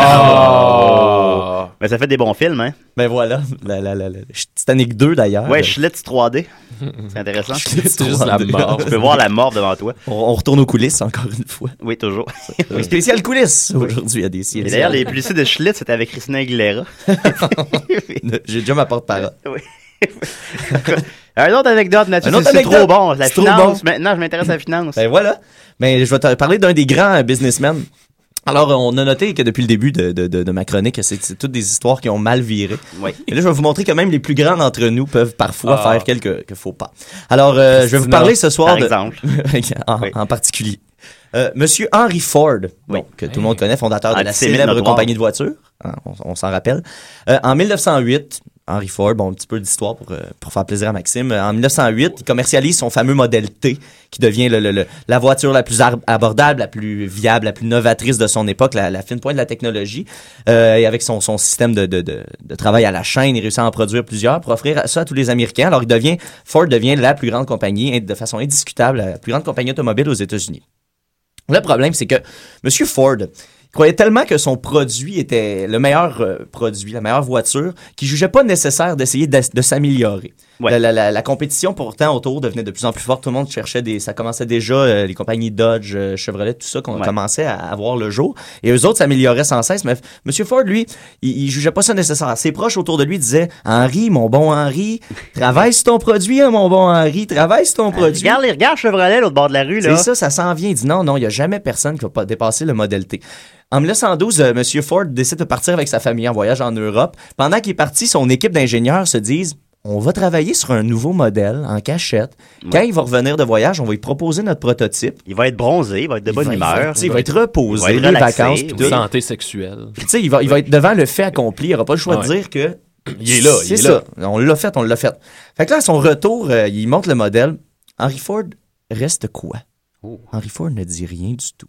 Ah! Mais ça fait des bons films, hein. Ben voilà, la, la, la, la- Titanic deux d'ailleurs. Ouais, Euh, Schlitz trois D. C'est intéressant. Schlitz C'est juste la trois D. mort. Tu peux voir la mort devant toi. On, on retourne aux coulisses encore une fois. Oui, toujours. Un spécial coulisses aujourd'hui à des Et d'ailleurs, les publicités de Schlitz, c'était avec Christina Aguilera. J'ai déjà ma porte-parole. Oui. Un autre anecdote, Mathieu. Un autre C'est c'est trop anecdote. bon. La C'est trop finance. Maintenant, je m'intéresse à la finance. Ben voilà. Ben je vais te parler d'un des grands businessmen Alors, on a noté que depuis le début de, de, de, de ma chronique, c'est, c'est toutes des histoires qui ont mal viré. Oui. Et là, je vais vous montrer que même les plus grands d'entre nous peuvent parfois Ah. faire quelques, quelques faux pas. Alors, euh, je vais vous parler ce soir Par de... exemple. en, Oui. en particulier. Euh, Monsieur Henry Ford, Oui. bon, que tout le monde connaît, fondateur de la Antisémite célèbre notoire. compagnie de voitures, hein, on, on s'en rappelle. Euh, en mille neuf cent huit, Henry Ford, bon, un petit peu d'histoire pour, euh, pour faire plaisir à Maxime. En mille neuf cent huit, il commercialise son fameux modèle T, qui devient le, le, le, la voiture la plus ar- abordable, la plus viable, la plus novatrice de son époque, la, la fine pointe de la technologie. Euh, et avec son, son système de, de, de, de travail à la chaîne, il réussit à en produire plusieurs pour offrir ça à tous les Américains. Alors, il devient, Ford devient la plus grande compagnie, de façon indiscutable, la plus grande compagnie automobile aux États-Unis. Le problème, c'est que M. Ford croyait tellement que son produit était le meilleur euh, produit, la meilleure voiture, qu'il jugeait pas nécessaire d'essayer de, de s'améliorer. Ouais. La, la, la, la compétition, pourtant, autour devenait de plus en plus forte. Tout le monde cherchait des... Ça commençait déjà, euh, les compagnies Dodge, euh, Chevrolet, tout ça, qu'on Ouais. commençait à, à voir le jour. Et eux autres s'amélioraient sans cesse. Mais M. Ford, lui, il, il jugeait pas ça nécessaire. Ses proches autour de lui disaient « Henry, mon bon Henry, travaille sur ton produit, hein, mon bon Henry, travaille sur ton produit. » Regarde, les regarde Chevrolet, l'autre bord de la rue, là. C'est ça, ça s'en vient. Il dit non, non, il n'y a jamais personne qui va pas dépasser le modèle T. En mille neuf cent douze, euh, M. Ford décide de partir avec sa famille en voyage en Europe. Pendant qu'il est parti, son équipe d'ingénieurs se disent on va travailler sur un nouveau modèle en cachette. Quand il va revenir de voyage, on va lui proposer notre prototype. Il va être bronzé, il va être de bonne il va, humeur. il va être reposé, il va être les relaxé, vacances, puis oui. tout. Santé sexuelle. Puis, tu sais, il va, il va être devant le fait accompli. Il n'aura pas le choix de Ouais. dire que Il est là, il c'est est ça. là. On l'a fait, on l'a fait. Fait que là, à son retour, euh, il montre le modèle. Henry Ford reste quoi? Oh. Henry Ford ne dit rien du tout.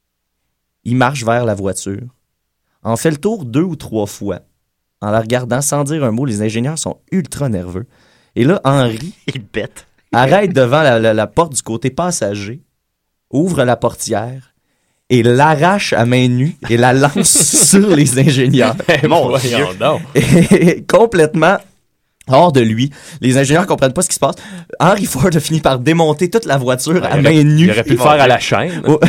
Il marche vers la voiture, en fait le tour deux ou trois fois. En la regardant sans dire un mot, les ingénieurs sont ultra nerveux. Et là, Henry Il pète. arrête devant la, la- la porte du côté passager, ouvre la portière et l'arrache à main nue et la lance sur les ingénieurs. Mon Voyons Dieu. donc. Et complètement hors de lui. Les ingénieurs comprennent pas ce qui se passe. Henry Ford a fini par démonter toute la voiture à Il main aurait- nue. Il aurait pu le faire à la chaîne. Oh.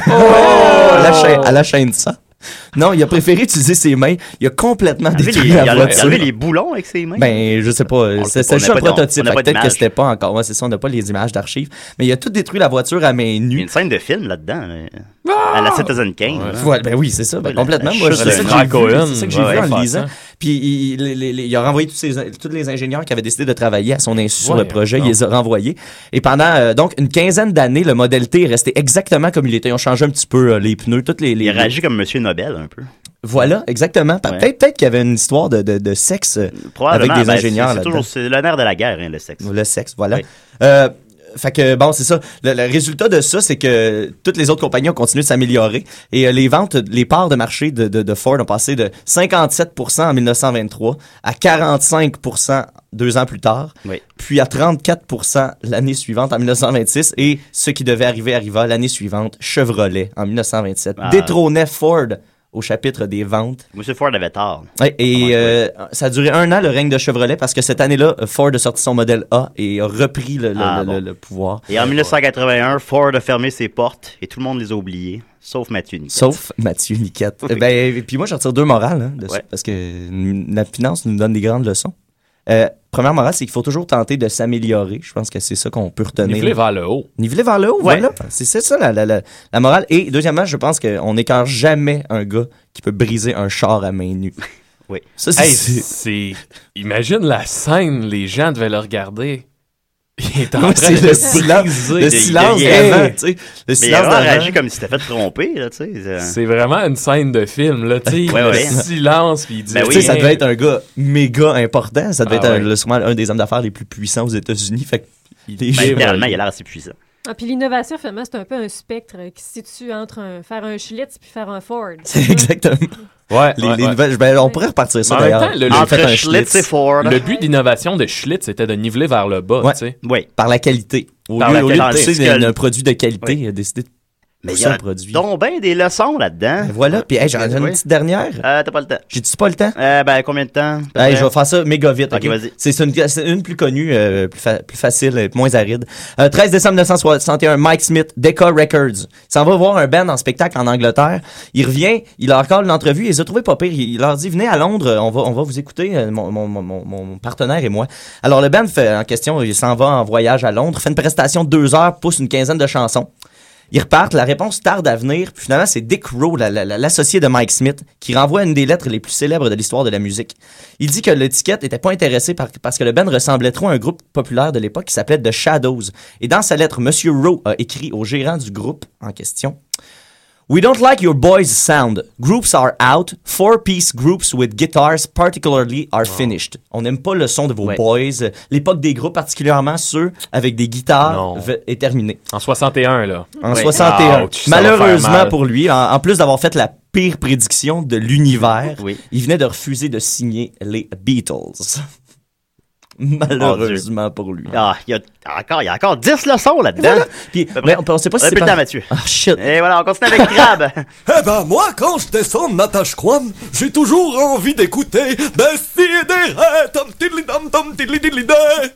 à, la chaîne, à la chaîne de sang. Non, il a préféré utiliser ses mains. Il a complètement Il a enlevé détruit les- la il a voiture. enlevé les boulons avec ses mains. Ben, je sais pas. le C'est sait c'est pas, on juste n'a un pas de- prototype. on n'a Fait pas que Peut-être que d'image. c'était pas encore. Ouais, c'est ça, on n'a pas les images d'archives. Mais il a tout détruit la voiture à main Il y a nue. une scène de film là-dedans. là. À la Citizen Kane. Ouais. là. Ouais, ben oui, c'est ça. Ben, Oui, la- complètement. la Moi, chute c'est de ça que j'ai Frank vu. Cohen. C'est ça que j'ai Ouais, vu en faire le lisant. ça. Puis il, il- il- il a renvoyé tous, ses, tous les ingénieurs qui avaient décidé de travailler à son insu sur Ouais, le projet. non. Il les a renvoyés. Et pendant euh, donc une quinzaine d'années, le modèle T est resté exactement comme il était. Ils ont changé un petit peu euh, les pneus, toutes les. les Il réagit comme Monsieur Nobel un peu. Voilà, exactement. Pe- Ouais. Peut-être, peut-être qu'il y avait une histoire de, de, de sexe euh, avec Probablement. des ben, ingénieurs c'est- c'est là-dedans. toujours c'est le nerf de la guerre, hein, le sexe. Le sexe, voilà. Oui. Euh, fait que, bon, c'est ça. Le, le résultat de ça, c'est que toutes les autres compagnies ont continué de s'améliorer et euh, les ventes, les parts de marché de, de, de Ford ont passé de cinquante-sept pour cent en mille neuf cent vingt-trois à quarante-cinq pour cent deux ans plus tard, Oui. puis à trente-quatre pour cent l'année suivante en mille neuf cent vingt-six et ce qui devait arriver arriva l'année suivante, Chevrolet en mille neuf cent vingt-sept. Ah. Détrônait Ford au chapitre des ventes. Monsieur Ford avait tort. Ouais, et Comment euh, ça a duré un an le règne de Chevrolet parce que cette année-là, Ford a sorti son modèle A et a repris le, le, Ah, le- bon. le- le pouvoir. Et en mille neuf cent quatre-vingt-un, Ford a fermé ses portes et tout le monde les a oubliés, sauf Mathieu Niquette. Sauf Mathieu Niquette. Oui. Ben, et puis moi, je retire deux morales hein, dessus, Ouais. parce que mm, la finance nous donne des grandes leçons. Euh, première morale, c'est qu'il faut toujours tenter de s'améliorer. Je pense que c'est ça qu'on peut retenir. Niveler vers le haut. Niveler vers le haut, Ouais. voilà. C'est c'est ça la, la, la, la morale. Et deuxièmement, je pense qu'on n'écarte jamais un gars qui peut briser un char à main nue. Oui. Ça, c'est... Hey, c'est- c'est. Imagine la scène, les gens devaient le regarder. Il est en Ouais, train c'est de le silence, briser. le Il- silence il- d'avant, il- tu sais. Le Mais il silence a d'avant. réagi comme si t'étais fait tromper, là, tu sais. c'est- C'est vraiment une scène de film, là, tu sais. Ouais, le ouais. silence, puis il dit. Ben Tu sais, oui. ça devait être un gars méga important. Ça devait Ah être un- ouais. le- sûrement un des hommes d'affaires les plus puissants aux États-unis. Fait que les Ben, gens- littéralement, il a l'air assez puissant. Ah, puis l'innovation, finalement, c'est un peu un spectre euh, qui se situe entre un- faire un Schlitz puis faire un Ford. C'est exactement. Ouais, Les, ouais, les ouais. nouvelles- ben, on pourrait repartir ça Mais en même d'ailleurs. temps, le- le- J'ai Entre fait un Schlitz et Ford. Le but d'innovation de Schlitz, c'était de niveler vers le bas, Ouais. tu sais. Oui. Par la qualité. Au Par lieu, la au lieu de qualité. pousser Tandis que- un produit de qualité, il a décidé de Mais il pousser y a un produit. donc bien des leçons là-dedans. Ben voilà. Puis hey, j'en ai une Oui. petite dernière. Euh, t'as pas le temps. J'ai-tu pas le temps? Euh, ben, combien de temps? Hey, je vais faire ça méga vite. Ok, ok? vas-y. C'est c'est une, c'est une plus connue, euh, plus, fa- plus facile, euh, moins aride. Euh, treize décembre mille neuf cent soixante et un, Mike Smith, Decca Records. Il s'en va voir un band en spectacle en Angleterre. Il revient, il leur accorde l'entrevue, il les a trouvés pas pire. Il, il leur dit, venez à Londres, on va, on va vous écouter, euh, mon, mon, mon, mon, mon partenaire et moi. Alors le band fait, en question, il s'en va en voyage à Londres, fait une prestation de deux heures, pousse une quinzaine de chansons. Ils repartent, la réponse tarde à venir, puis finalement, c'est Dick Rowe, la, la, l'associé de Mike Smith, qui renvoie une des lettres les plus célèbres de l'histoire de la musique. Il dit que l'étiquette n'était pas intéressée par, parce que le band ressemblait trop à un groupe populaire de l'époque qui s'appelait The Shadows. Et dans sa lettre, Monsieur Rowe a écrit au gérant du groupe en question: We don't like your boys' sound. Groups are out. Four-piece groups with guitars particularly are finished. On n'aime pas le son de vos Ouais. boys. L'époque des groupes, particulièrement ceux avec des guitares, Non. v- est terminée. En soixante et un, là. En Ouais. soixante et un. Ouch, ça va faire Malheureusement mal. pour lui, en, en plus d'avoir fait la pire prédiction de l'univers, Oui. il venait de refuser de signer les Beatles. Malheureusement pour lui. Ah, il y a encore, il y a encore dix leçons là-dedans. Puis, peu mais près. on, on sait pas si Un c'est peu de pas... temps, Mathieu. Ah, shit. Et voilà, on continue avec Crab. Eh ben, moi, quand je descends de ma tâche croine, j'ai toujours envie d'écouter des si et des ré, tom tiddly dom tom tiddly diddly day.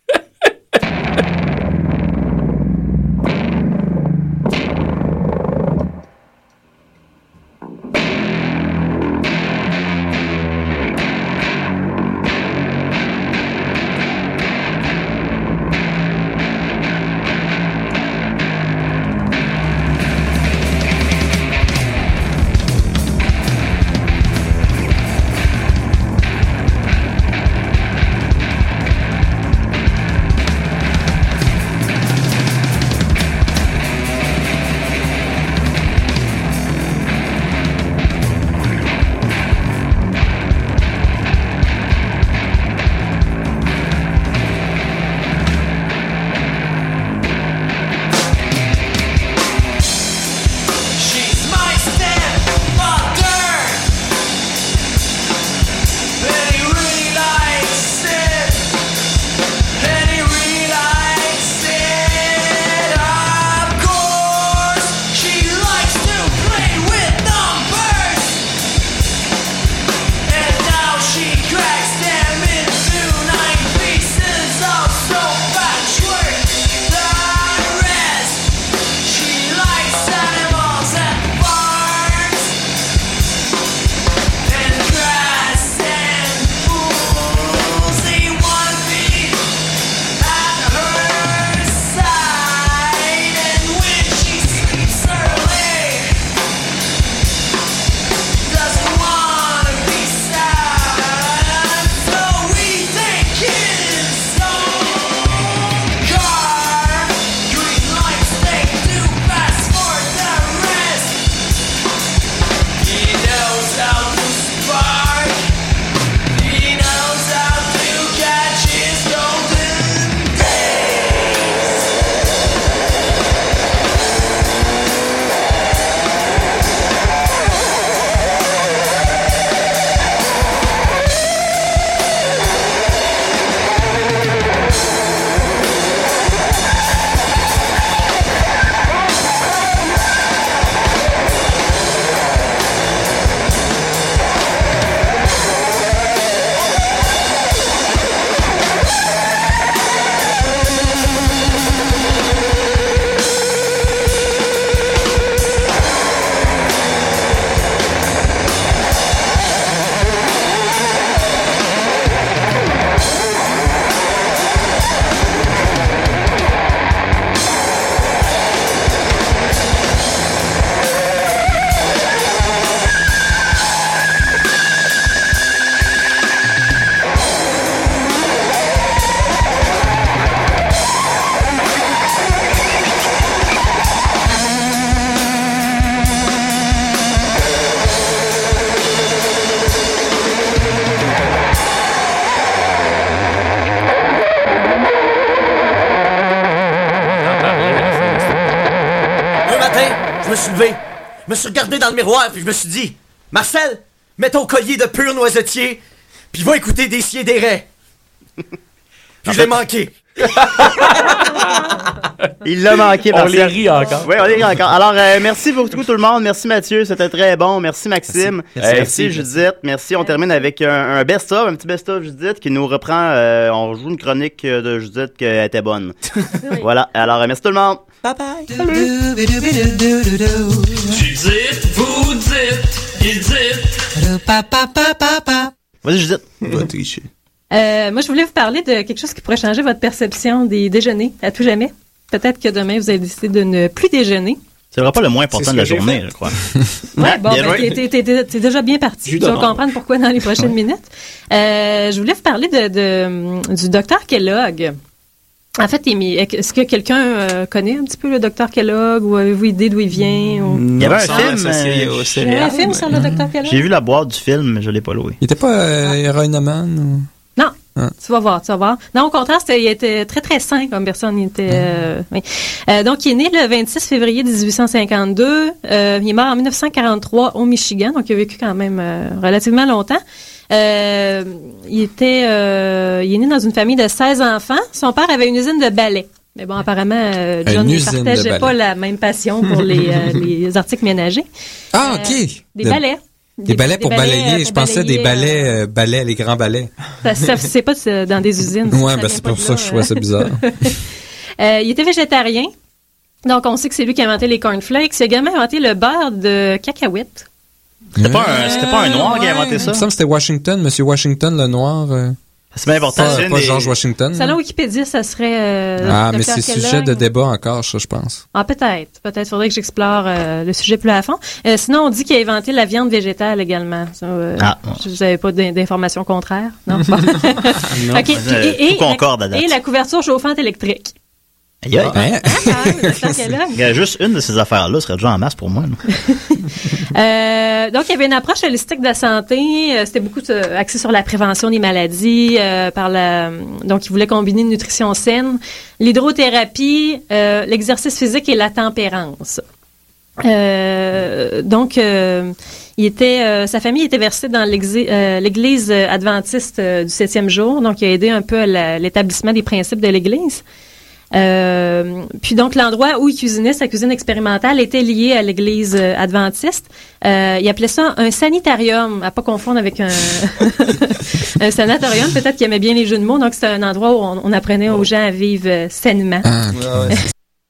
She's my stepmother, and he really likes it, and he really likes it. Of course, she likes to play with numbers, and now she cracks them into nine pieces of soap patchwork. The rest, she likes animals and barns and grass and fools. They want to be at her side, and when she sleeps early, doesn't want to be sad. So we take his own car. Green lights they do pass for the rest. He knows how to spark. He knows how to catch his golden days. Un matin, je me suis levé, je me suis regardé dans le miroir, puis je me suis dit, Marcel, mets ton collier de pur noisetier, puis va écouter des si et des ré. Puis je l'ai manqué. Il l'a manqué, On Marcel. les rit encore. Oui, on les rit encore. Alors, euh, merci beaucoup tout le monde. Merci Mathieu, c'était très bon. Merci Maxime. Merci. Merci, Merci. Judith. Merci. On termine avec un, un best-of, un petit best-of Judith qui nous reprend. Euh, on joue une chronique euh, de Judith qui était bonne. Voilà. Alors, euh, merci tout le monde. Bye bye. Judith, vous dites, il dit. Vas-y, Judith. Va tricher. Euh, moi, je voulais vous parler de quelque chose qui pourrait changer votre perception des déjeuners à tout jamais. Peut-être que demain, vous avez décidé de ne plus déjeuner. C'est le repas le moins important C'est ce de la que j'ai journée, fait. je crois. Ouais, bon, bien ben, joué. t'es, t'es, t'es, t'es déjà bien parti. Jus Tu vas d'orange. comprendre pourquoi dans les prochaines minutes. Euh, je voulais vous parler de, de, du docteur Kellogg. En fait, est-ce que quelqu'un euh, connaît un petit peu le docteur Kellogg ou avez-vous idée d'où il vient? Ou... Il y avait un semble film. associé euh, au Il y a céréales, un film mais- sur le docteur Kellogg? J'ai vu la boîte du film, mais je l'ai pas loué. Il était pas euh, héroïnomane ou... Non, Ah. tu vas voir, tu vas voir. Non, au contraire, c'était, il était très, très sain comme personne. Il était, euh, oui. Euh, donc, il est né le vingt-six février dix-huit cent cinquante-deux. Euh, il est mort en dix-neuf cent quarante-trois au Michigan, donc il a vécu quand même euh, relativement longtemps. Euh, il était, euh, il est né dans une famille de seize enfants. Son père avait une usine de balais. Mais bon, apparemment, euh, John Une ne usine de partageait balais. pas la même passion pour les, euh, les articles ménagers. Ah, Euh, OK. Des De- balais. Des balais pour euh, balayer. pour Je pensais des balayer, balais, euh, euh, balais, les grands balais. Ça, ça, c'est pas euh, dans des usines. Ouais, Ça ben vient c'est pas pour de ça là, que je trouvais ça euh. bizarre. Euh, il était végétarien. Donc, on sait que c'est lui qui a inventé les cornflakes. Il a également inventé le beurre de cacahuète. C'était pas un, c'était pas un noir qui a inventé Il ça? me semble que c'était Washington, Monsieur Washington, le noir. euh, C'est bien important. Pas, c'est une pas des- George Washington. Selon Wikipédia, ça serait... euh, Ah, mais docteur c'est Kellogg. sujet de débat encore, ça, je pense. Ah, peut-être. Peut-être. Faudrait que j'explore euh, le sujet plus à fond. Euh, sinon, on dit qu'il a inventé la viande végétale également. Ça, euh, Ah. je n'avais pas d'in- d'informations contraires. Non? Bon. Non, OK. Puis, euh, et, et tout concorde à la, date. et la couverture chauffante électrique. Aïe, aïe. Hein? Ah, quand même, docteur Kellogg. Il y a juste une de ces affaires-là serait déjà en masse pour moi. là. Euh, donc, il y avait une approche holistique de la santé. Euh, C'était beaucoup euh, axé sur la prévention des maladies. Euh, par la, donc, il voulait combiner une nutrition saine, l'hydrothérapie, euh, l'exercice physique et la tempérance. Euh, donc, euh, il était, euh, sa famille était versée dans l'exi- euh, l'église euh, adventiste euh, du septième jour. Donc, il a aidé un peu à la- l'établissement des principes de l'église. Euh, puis donc l'endroit où il cuisinait, sa cuisine expérimentale, était lié à l'église euh, adventiste. Euh, il appelait ça un sanitarium, à pas confondre avec un, un sanatorium. Peut-être qu'il aimait bien les jeux de mots. Donc c'était un endroit où on, on apprenait aux gens à vivre euh, sainement. Ah, Ouais, ouais, c'est-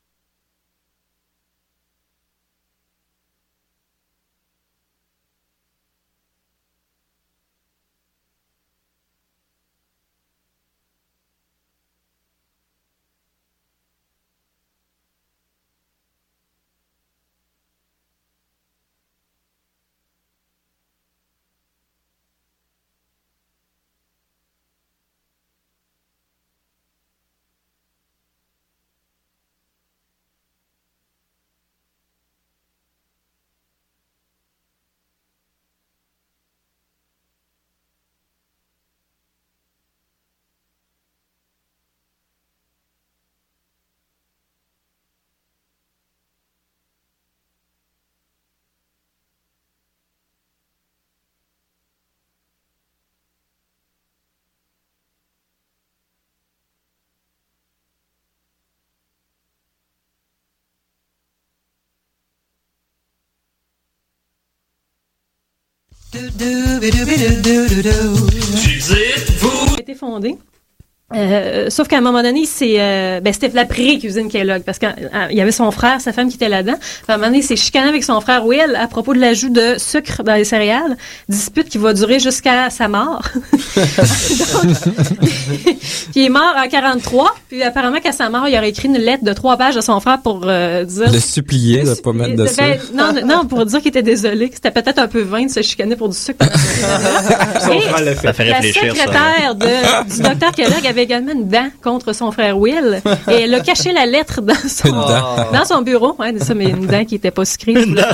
Dites, vous A été fondé. Euh, sauf qu'à un moment donné, c'est euh, ben, c'était la pré-cuisine Kellogg parce qu'il y avait son frère, sa femme qui était là-dedans. Puis à un moment donné, il s'est chicané avec son frère Will à propos de l'ajout de sucre dans les céréales. Dispute qui va durer jusqu'à sa mort. Donc, puis il est mort en quarante-trois. Puis apparemment qu'à sa mort, il aurait écrit une lettre de trois pages à son frère pour euh, dire... le supplier de pas mettre de Ben, ça. non, non, pour dire qu'il était désolé, que c'était peut-être un peu vain de se chicaner pour du sucre. Son Et- frère l'a fait. Ça fait La réfléchir, ça. secrétaire de, du docteur Kellogg avait également une dent contre son frère Will. Et elle a caché la lettre dans son, Une dent. dans son bureau. Ouais, c'est ça, mais une dent qui était pas sucrée.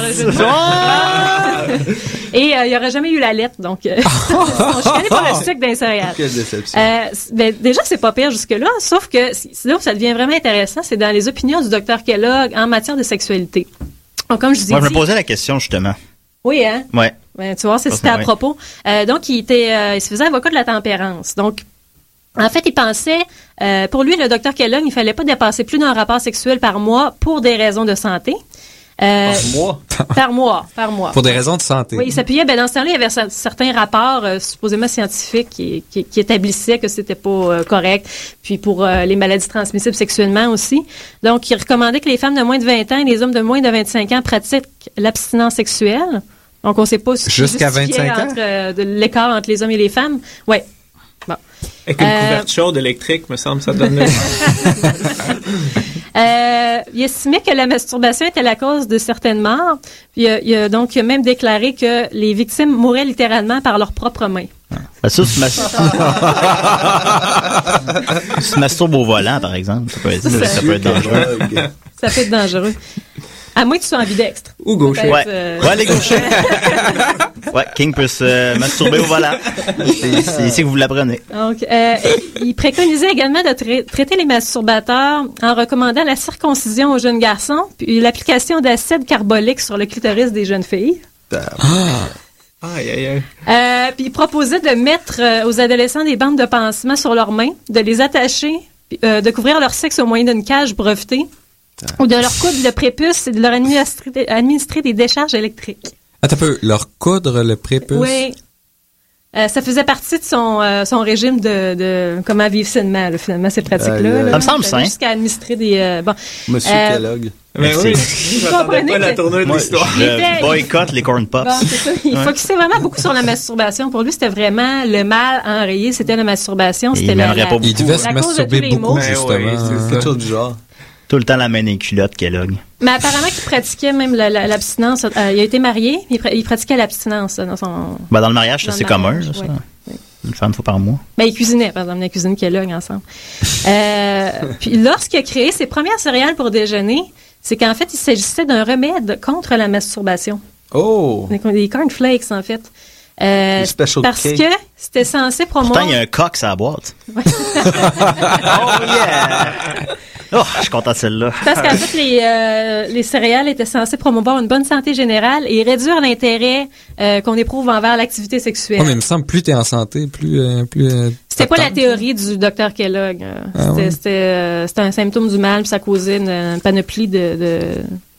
Et euh, il n'y aurait jamais eu la lettre. Donc, euh, on chicanait pour le sucre d'un céréales. Quelle déception. Euh, c- ben, déjà, c'est pas pire jusque-là, sauf que c- c'est là où ça devient vraiment intéressant, c'est dans les opinions du docteur Kellogg en matière de sexualité. Donc, comme je dis, Moi, je me posais la question, justement. oui, hein? Ouais. Ben, tu vois, c'est- Ça, c'était à ouais. propos. Euh, donc, il était, euh, il se faisait avocat de la tempérance. Donc, en fait, il pensait, euh, pour lui, le docteur Kellogg, il fallait pas dépasser plus d'un rapport sexuel par mois pour des raisons de santé. Euh, Moi, par mois, par mois. Pour des raisons de santé. Oui, il s'appuyait, ben, dans ce temps-là, il y avait cer- certains rapports euh, supposément scientifiques qui, qui, qui établissaient que c'était pas euh, correct. Puis pour euh, les maladies transmissibles sexuellement aussi. Donc, il recommandait que les femmes de moins de vingt ans et les hommes de moins de vingt-cinq ans pratiquent l'abstinence sexuelle. Donc, on sait pas si Jusqu'à justifiait vingt-cinq ans? entre, euh, de l'écart entre les hommes et les femmes. Oui. Bon. avec une Euh, couverture chaude électrique, me semble, ça donne le... Euh, il estimait que la masturbation était la cause de certaines morts. Puis, euh, il a donc même déclaré que les victimes mouraient littéralement par leurs propres mains. Ah, ça, se mas- se masturbe au volant, par exemple. Ça peut être, ça, ça peut être dangereux. Ça peut être dangereux. À moins que tu sois ambidextre. Ou gaucher. Ouais. Euh... ouais, les gauchers. Ouais, King peut se masturber au volant. C'est, c'est ici que vous l'apprenez. Donc, euh, il préconisait également de tra- traiter les masturbateurs en recommandant la circoncision aux jeunes garçons, puis l'application d'acide carbolique sur le clitoris des jeunes filles. Aïe, aïe, aïe. Euh, puis il proposait de mettre euh, aux adolescents des bandes de pansement sur leurs mains, de les attacher, puis, euh, de couvrir leur sexe au moyen d'une cage brevetée, ou de leur coudre le prépuce et de leur administrer, administrer des décharges électriques. Attends un peu, leur coudre le prépuce? Oui. Euh, ça faisait partie de son, euh, son régime de, de comment vivre sainement, là, finalement, ces pratiques-là. Euh, là. ça me semble Fallait sain. Jusqu'à administrer des... Euh, bon, Monsieur Euh, Kellogg. Ben oui, Vous je m'attendais comprenez pas à la que- tournure de Moi, l'histoire. Il était- je boycotte les corn pops. bon, c'est ça. Il Ouais. focusait vraiment beaucoup sur la masturbation. Pour lui, c'était vraiment le mal à enrayer, c'était la masturbation. Et C'était il la, m'aimerait la- pas beaucoup. Il devait se la cause de masturber tous les beaucoup, maux. justement. Ben oui, c'est ça. Quelque chose du genre. Tout le temps la main dans les culottes, Kellogg. Mais apparemment qu'il pratiquait même la- la- l'abstinence. Euh, il a été marié, mais il, pra- il pratiquait l'abstinence là, dans son... Ben, dans le mariage, ça, Dans c'est le commun, mariage, là, ça. ouais. Oui. Une fois, une fois par mois. Ben, il cuisinait, par exemple, la cuisine Kellogg ensemble. Euh, puis lorsqu'il a créé ses premières céréales pour déjeuner, c'est qu'en fait, il s'agissait d'un remède contre la masturbation. Oh! Des, des cornflakes, en fait. Euh, Des special parce cake. que c'était censé promouvoir... Pourtant, il y a un coq sur la boîte. Ouais. Oh, yeah! Oh, je suis content de celle-là. Parce qu'en fait, les, euh, les céréales étaient censées promouvoir une bonne santé générale et réduire l'intérêt euh, qu'on éprouve envers l'activité sexuelle. Oh, mais il me semble plus t'es en santé, plus... euh, plus euh, C'était pas la t'attends. théorie du docteur Kellogg. euh. Ah C'était, ouais. c'était, euh, c'était un symptôme du mal, puis ça causait une, une panoplie de, de,